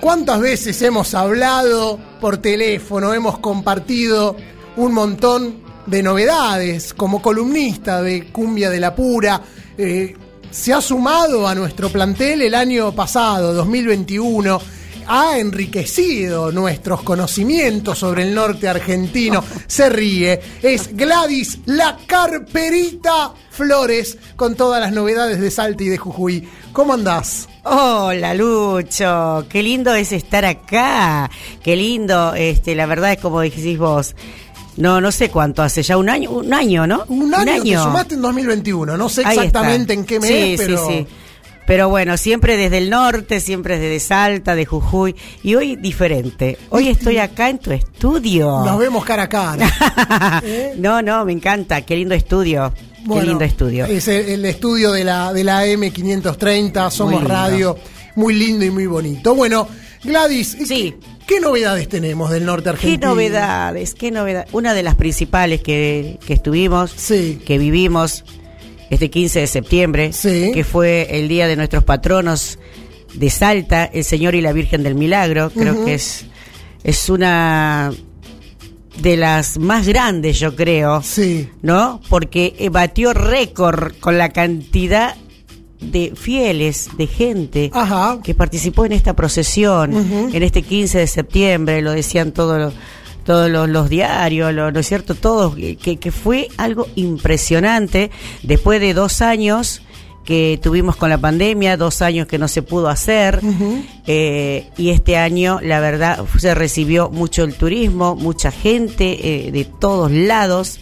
¿Cuántas veces hemos hablado por teléfono, hemos compartido un montón de novedades como columnista de Cumbia de la Pura? Eh, se ha sumado a nuestro plantel el año pasado, dos mil veintiuno, ha enriquecido nuestros conocimientos sobre el norte argentino. Se ríe. Es Gladys La Carperita Flores con todas las novedades de Salta y de Jujuy. ¿Cómo andás? Hola, Lucho, qué lindo es estar acá, qué lindo, este, la verdad es como dijiste vos, no, no sé cuánto hace, ya un año, un año, ¿no? Un año, un año. Te sumaste en dos mil veintiuno, no sé exactamente en qué mes, sí, pero... Sí, sí. Pero bueno, siempre desde el norte, siempre desde Salta, de Jujuy, y hoy diferente. Hoy estoy acá en tu estudio. Nos vemos cara a cara. ¿Eh? No, no, me encanta, qué lindo estudio. Bueno, qué lindo estudio. Es el, el estudio de la, de la A M quinientos treinta, Somos Radio, muy lindo y muy bonito. Bueno, Gladys, sí. ¿qué, ¿qué novedades tenemos del norte argentino? ¿Qué novedades? ¿Qué novedades? Una de las principales que, que estuvimos, sí. que vivimos este quince de septiembre, sí. que fue el día de nuestros patronos de Salta, el Señor y la Virgen del Milagro. Creo uh-huh. que es, es una de las más grandes, yo creo, sí. ¿no? Porque batió récord con la cantidad de fieles, de gente Ajá. que participó en esta procesión, uh-huh. en este quince de septiembre, lo decían todos los todos los, los diarios, lo, ¿no es cierto? Todos, que, que fue algo impresionante después de dos años que tuvimos con la pandemia, dos años que no se pudo hacer, uh-huh. eh, y este año, la verdad, se recibió mucho el turismo, mucha gente eh, de todos lados.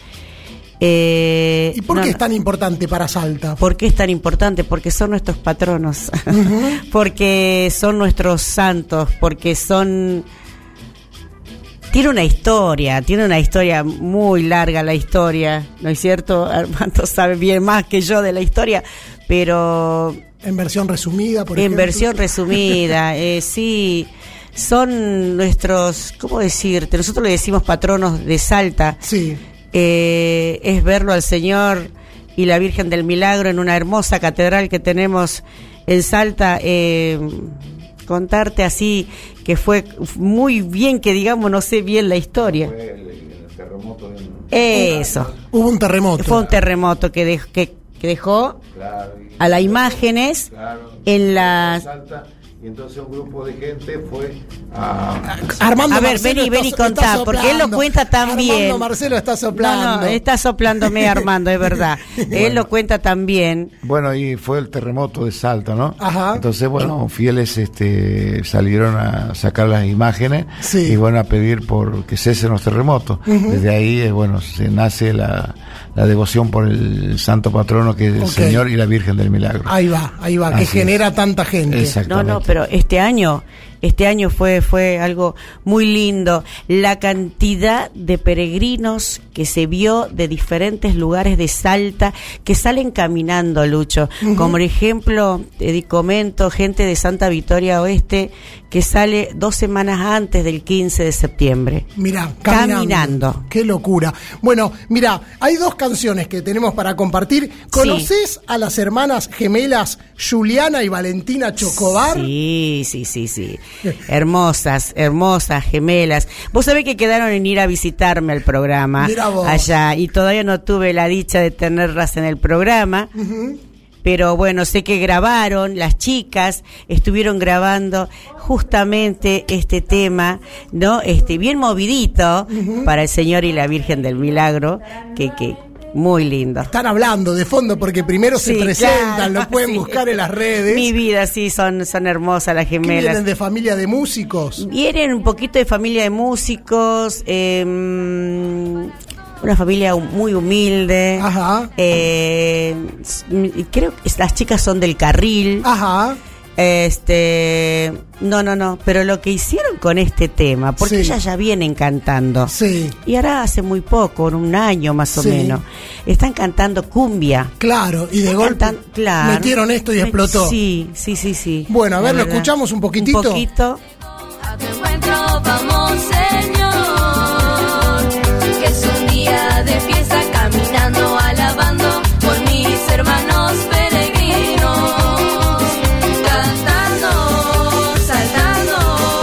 Eh, ¿Y por no, qué es tan importante para Salta? ¿Por qué es tan importante? Porque son nuestros patronos, uh-huh. porque son nuestros santos, porque son... Tiene una historia, tiene una historia muy larga la historia, ¿no es cierto? Armando sabe bien más que yo de la historia, pero... En versión resumida, por en ejemplo. En versión resumida, eh, sí, son nuestros, ¿cómo decirte? Nosotros le decimos patronos de Salta. Sí. Eh, es verlo al Señor y la Virgen del Milagro en una hermosa catedral que tenemos en Salta. Eh, contarte así que fue muy bien, que digamos, no sé bien la historia. Fue el, el terremoto de... Eso. Hubo un terremoto. Fue un terremoto que, de, que, que dejó claro, a las imágenes claro, en las... Y entonces un grupo de gente fue a... Armando a ver, Marcelo vení, vení, está, contá, está porque él lo cuenta tan bien. Armando Marcelo está soplando. No, no, está soplándome Armando, es verdad. Bueno. Él lo cuenta tan bien. Bueno, y fue el terremoto de Salta, ¿no? Ajá. Entonces, bueno, fieles este, salieron a sacar las imágenes sí. y bueno, a pedir por que cesen los terremotos. Uh-huh. Desde ahí, eh, bueno, se nace la... la devoción por el santo patrono que es el okay. Señor y la Virgen del Milagro. Ahí va, ahí va, que Así genera es. tanta gente. No, no, pero este año, este año fue, fue algo muy lindo. La cantidad de peregrinos que se vio de diferentes lugares de Salta que salen caminando, Lucho. Uh-huh. Como por ejemplo, te comento, gente de Santa Victoria Oeste que sale dos semanas antes del quince de septiembre. Mirá, caminando. caminando. Qué locura. Bueno, mira, hay dos canciones que tenemos para compartir. ¿Conoces sí. a las hermanas gemelas Juliana y Valentina Chocobar? Sí, sí, sí, sí. Hermosas, hermosas, gemelas. Vos sabés que quedaron en ir a visitarme al programa allá y todavía no tuve la dicha de tenerlas en el programa. Uh-huh. Pero bueno, sé que grabaron, las chicas estuvieron grabando justamente este tema, ¿no? Este, bien movidito uh-huh. para el Señor y la Virgen del Milagro, que, que muy lindo. Están hablando de fondo porque primero sí, se presentan, claro, lo pueden sí. buscar en las redes. Mi vida, sí, son, son hermosas las gemelas. ¿Vienen de familia de músicos? Vienen un poquito de familia de músicos, eh, una familia muy humilde. Ajá. Eh, creo que las chicas son del Carril. Ajá. Este, no, no, no, pero lo que hicieron con este tema, porque sí. ellas ya vienen cantando. Sí. Y ahora hace muy poco, en un año más o sí. menos, están cantando cumbia. Claro, y de golpe Cantan, claro, metieron esto y explotó. Sí, sí, sí, sí. Bueno, a ver, ¿lo escuchamos un poquitito? Un poquito. A tu encuentro vamos, Señor, que es un día de fiesta, caminando, alabando por mis hermanos peregrinos, cantando, saltando.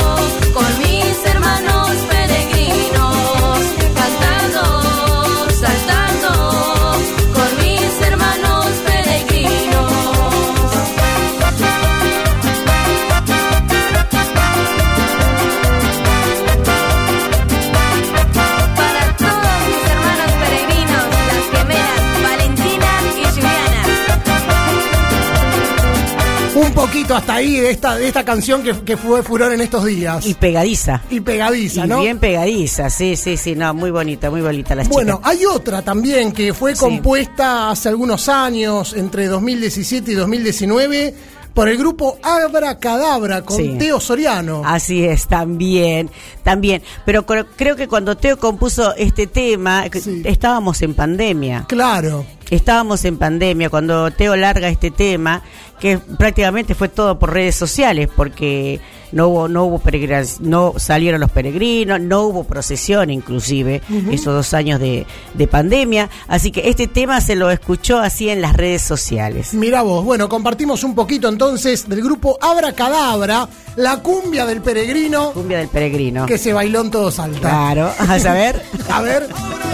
hasta ahí de esta, de esta canción que, que fue furor en estos días. Y pegadiza. Y pegadiza, y ¿no? bien pegadiza, sí, sí, sí, no, muy bonita, muy bonita la chica. Bueno, hay otra también que fue sí. compuesta hace algunos años, entre dos mil diecisiete y dos mil diecinueve, por el grupo Abracadabra con sí. Teo Soriano. Así es, también, también. Pero creo que cuando Teo compuso este tema, sí. estábamos en pandemia. Claro. Estábamos en pandemia cuando Teo larga este tema, que prácticamente fue todo por redes sociales, porque no hubo, no hubo peregrinos, no salieron los peregrinos, no hubo procesión inclusive, uh-huh. esos dos años de, de pandemia, así que este tema se lo escuchó así en las redes sociales. Mirá vos, bueno, compartimos un poquito entonces del grupo Abracadabra, la cumbia del peregrino. Cumbia del peregrino. Que se bailó en todo Salta. Claro, a saber. A ver.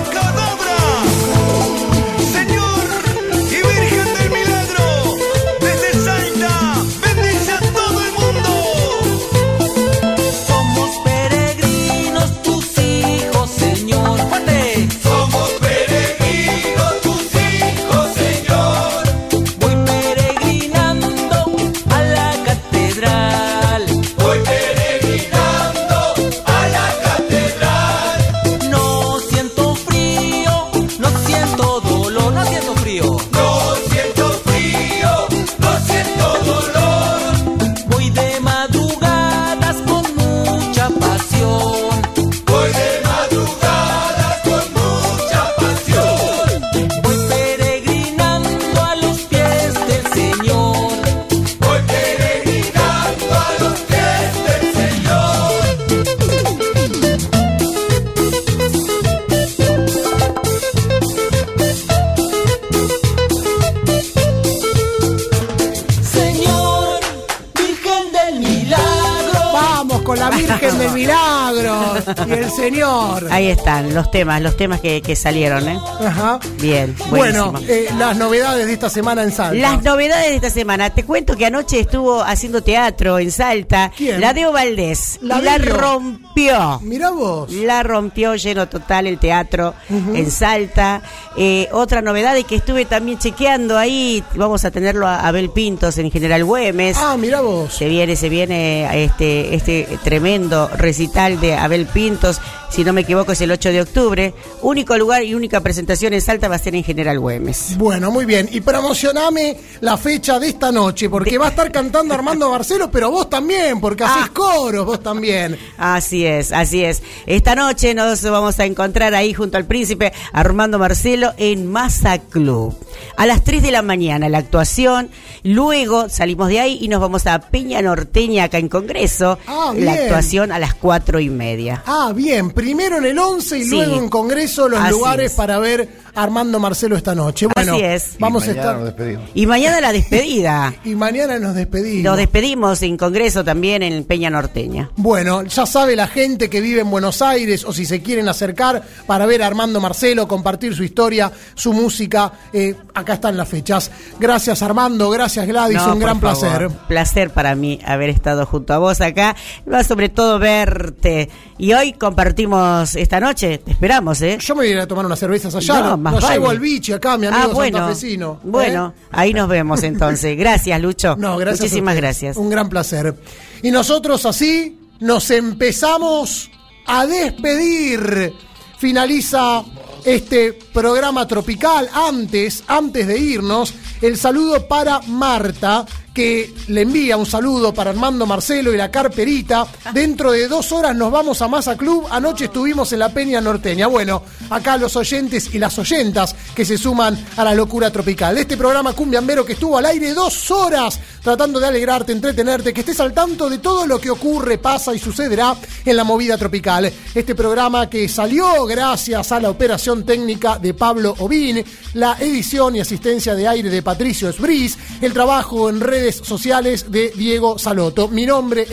Y el señor. Ahí están los temas, los temas que, que salieron, ¿eh? Ajá. Bien, buenísimo. Bueno, eh, las novedades de esta semana en Salta. Las novedades de esta semana. Te cuento que anoche estuvo haciendo teatro en Salta. ¿Quién? La Deo Valdés. La, la rompió. Mirá vos. La rompió, lleno total el teatro uh-huh. en Salta. Eh, otra novedad es que estuve también chequeando ahí. Vamos a tenerlo a Abel Pintos en General Güemes. Ah, mirá vos. Se viene, se viene este, este tremendo recital de Abel Pintos. Si no me equivoco es el ocho de octubre. Único lugar y única presentación en Salta va a ser en General Güemes. Bueno, muy bien. Y promocioname la fecha de esta noche, porque de... va a estar cantando Armando Marcelo, pero vos también, porque ah. hacés coros, vos también. Así es, así es. Esta noche nos vamos a encontrar ahí junto al príncipe Armando Marcelo en Masa Club. A las tres de la mañana la actuación, luego salimos de ahí y nos vamos a Peña Norteña acá en Congreso. Ah, bien. La actuación a las cuatro y media. Ah, bien. Primero en el once y sí. luego en Congreso los Así lugares es. para ver a Armando Marcelo esta noche. Bueno, Así es. Vamos y a estar. Nos despedimos. Y mañana la despedida. Y mañana nos despedimos. Nos despedimos en Congreso también en Peña Norteña. Bueno, ya sabe la gente que vive en Buenos Aires o si se quieren acercar para ver a Armando Marcelo, compartir su historia, su música, eh, acá están las fechas. Gracias Armando, gracias Gladys, no, un gran favor. placer. Placer para mí haber estado junto a vos acá, va sobre todo verte. Y hoy compartimos esta noche, te esperamos, ¿eh? Yo me voy a ir a tomar unas cervezas allá, no, más nos vale. llevo al biche acá, mi amigo ah, bueno, santafesino. Bueno, ¿eh? ahí nos vemos entonces. Gracias, Lucho. No, gracias. Muchísimas gracias. Un gran placer. Y nosotros así nos empezamos a despedir. Finaliza este programa tropical. Antes, antes de irnos, el saludo para Marta, que le envía un saludo para Armando Marcelo y la Carperita. Dentro de dos horas nos vamos a Masa Club. Anoche estuvimos en la Peña Norteña. Bueno, acá los oyentes y las oyentas que se suman a la locura tropical. Este programa cumbiambero que estuvo al aire dos horas tratando de alegrarte, entretenerte, que estés al tanto de todo lo que ocurre, pasa y sucederá en la movida tropical. Este programa que salió gracias a la operación técnica de Pablo Obín, la edición y asistencia de aire de Patricio Esbris, el trabajo en redes sociales de Diego Saloto. Mi nombre es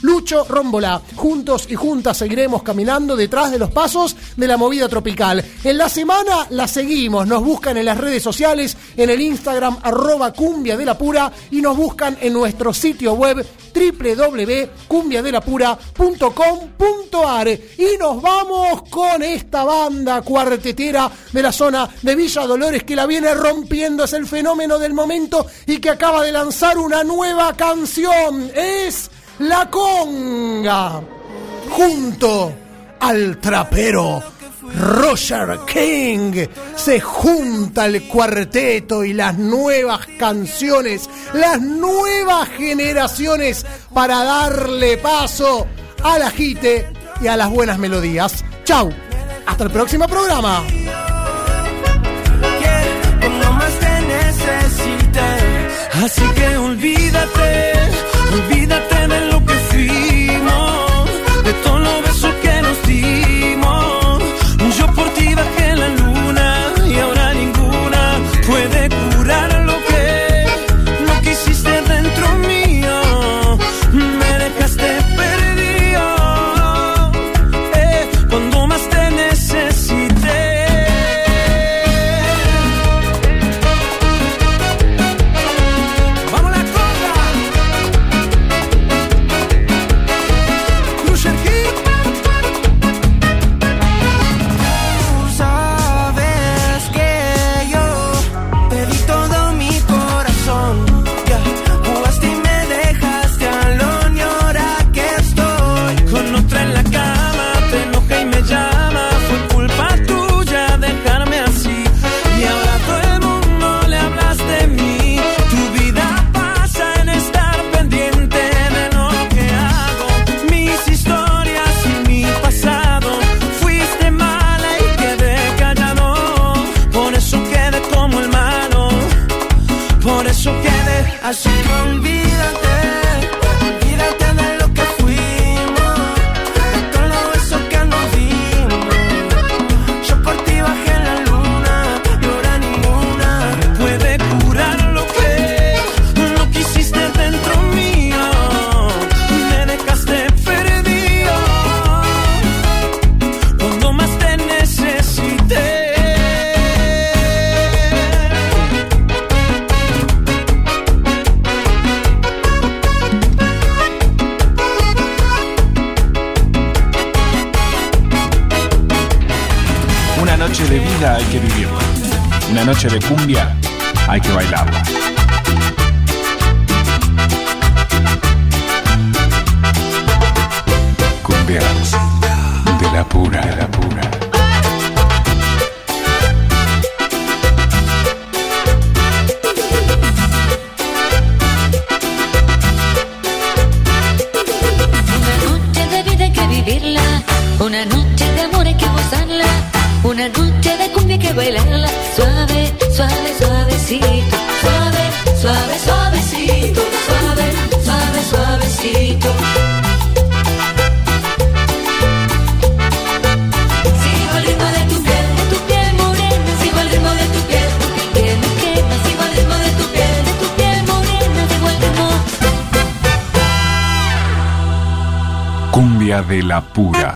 Lucho Rómbola. Juntos y juntas seguiremos caminando detrás de los pasos de la movida tropical. En la semana la seguimos, nos buscan en las redes sociales, en el Instagram arroba cumbia de la pura y nos buscan en nuestro sitio web doble u doble u doble u punto cumbia de la pura punto com punto a r. Y nos vamos con esta banda cuartetera de la zona de Villa Dolores que la viene rompiendo, es el fenómeno del momento y que acaba de lanzar una nueva canción. Es La Conga, junto al trapero Roger King. Se junta el cuarteto y las nuevas canciones, las nuevas generaciones para darle paso al agite y a las buenas melodías. Chau, hasta el próximo programa. Cuando más te necesite, así que olvídate, olvídate de lo que fuimos, de todos los besos que nos dimos. Yo por ti bajé la luna y ahora ninguna puede curar lo que, lo que hiciste dentro mío. Me dejaste perdido, eh, cuando más te necesité. Vamos la conga. Cruiser King. Tú sabes que yo te di todo mi corazón. Ya jugaste y me dejaste alone y ahora que estoy con otra en la cama, te enoja y me llama. Fue culpa tuya dejarme así y ahora todo el mundo le hablas de mí. Tu vida pasa en estar pendiente de lo que hago, mis historias y mi pasado. Fuiste mala y quedé callado, por eso quedé como el malo, por eso quedé así. Que olvídate, olvídate de lo que fuimos, de todo lo eso que nos dimos. Yo por ti bajé la luna y ahora ninguna puede curar lo que, lo que hiciste dentro mío. Me dejaste perdido cuando más te necesité. Una noche de vida hay que vivirla. Una noche de cumbia hay que bailarla. Cumbias de la pura, de la pura. Una noche de vida hay que vivirla, una noche de amor hay que gozarla, una noche de cumbia hay que bailarla. Suave, suave, suavecito, suave, suave, suavecito, suave, suave, suavecito. Sigo el ritmo de tu piel, de tu piel morena, sigo el ritmo de tu piel, tu piel que me quema, sigo el ritmo de tu piel, de tu piel morena, sigo el ritmo. Cumbia de la pura.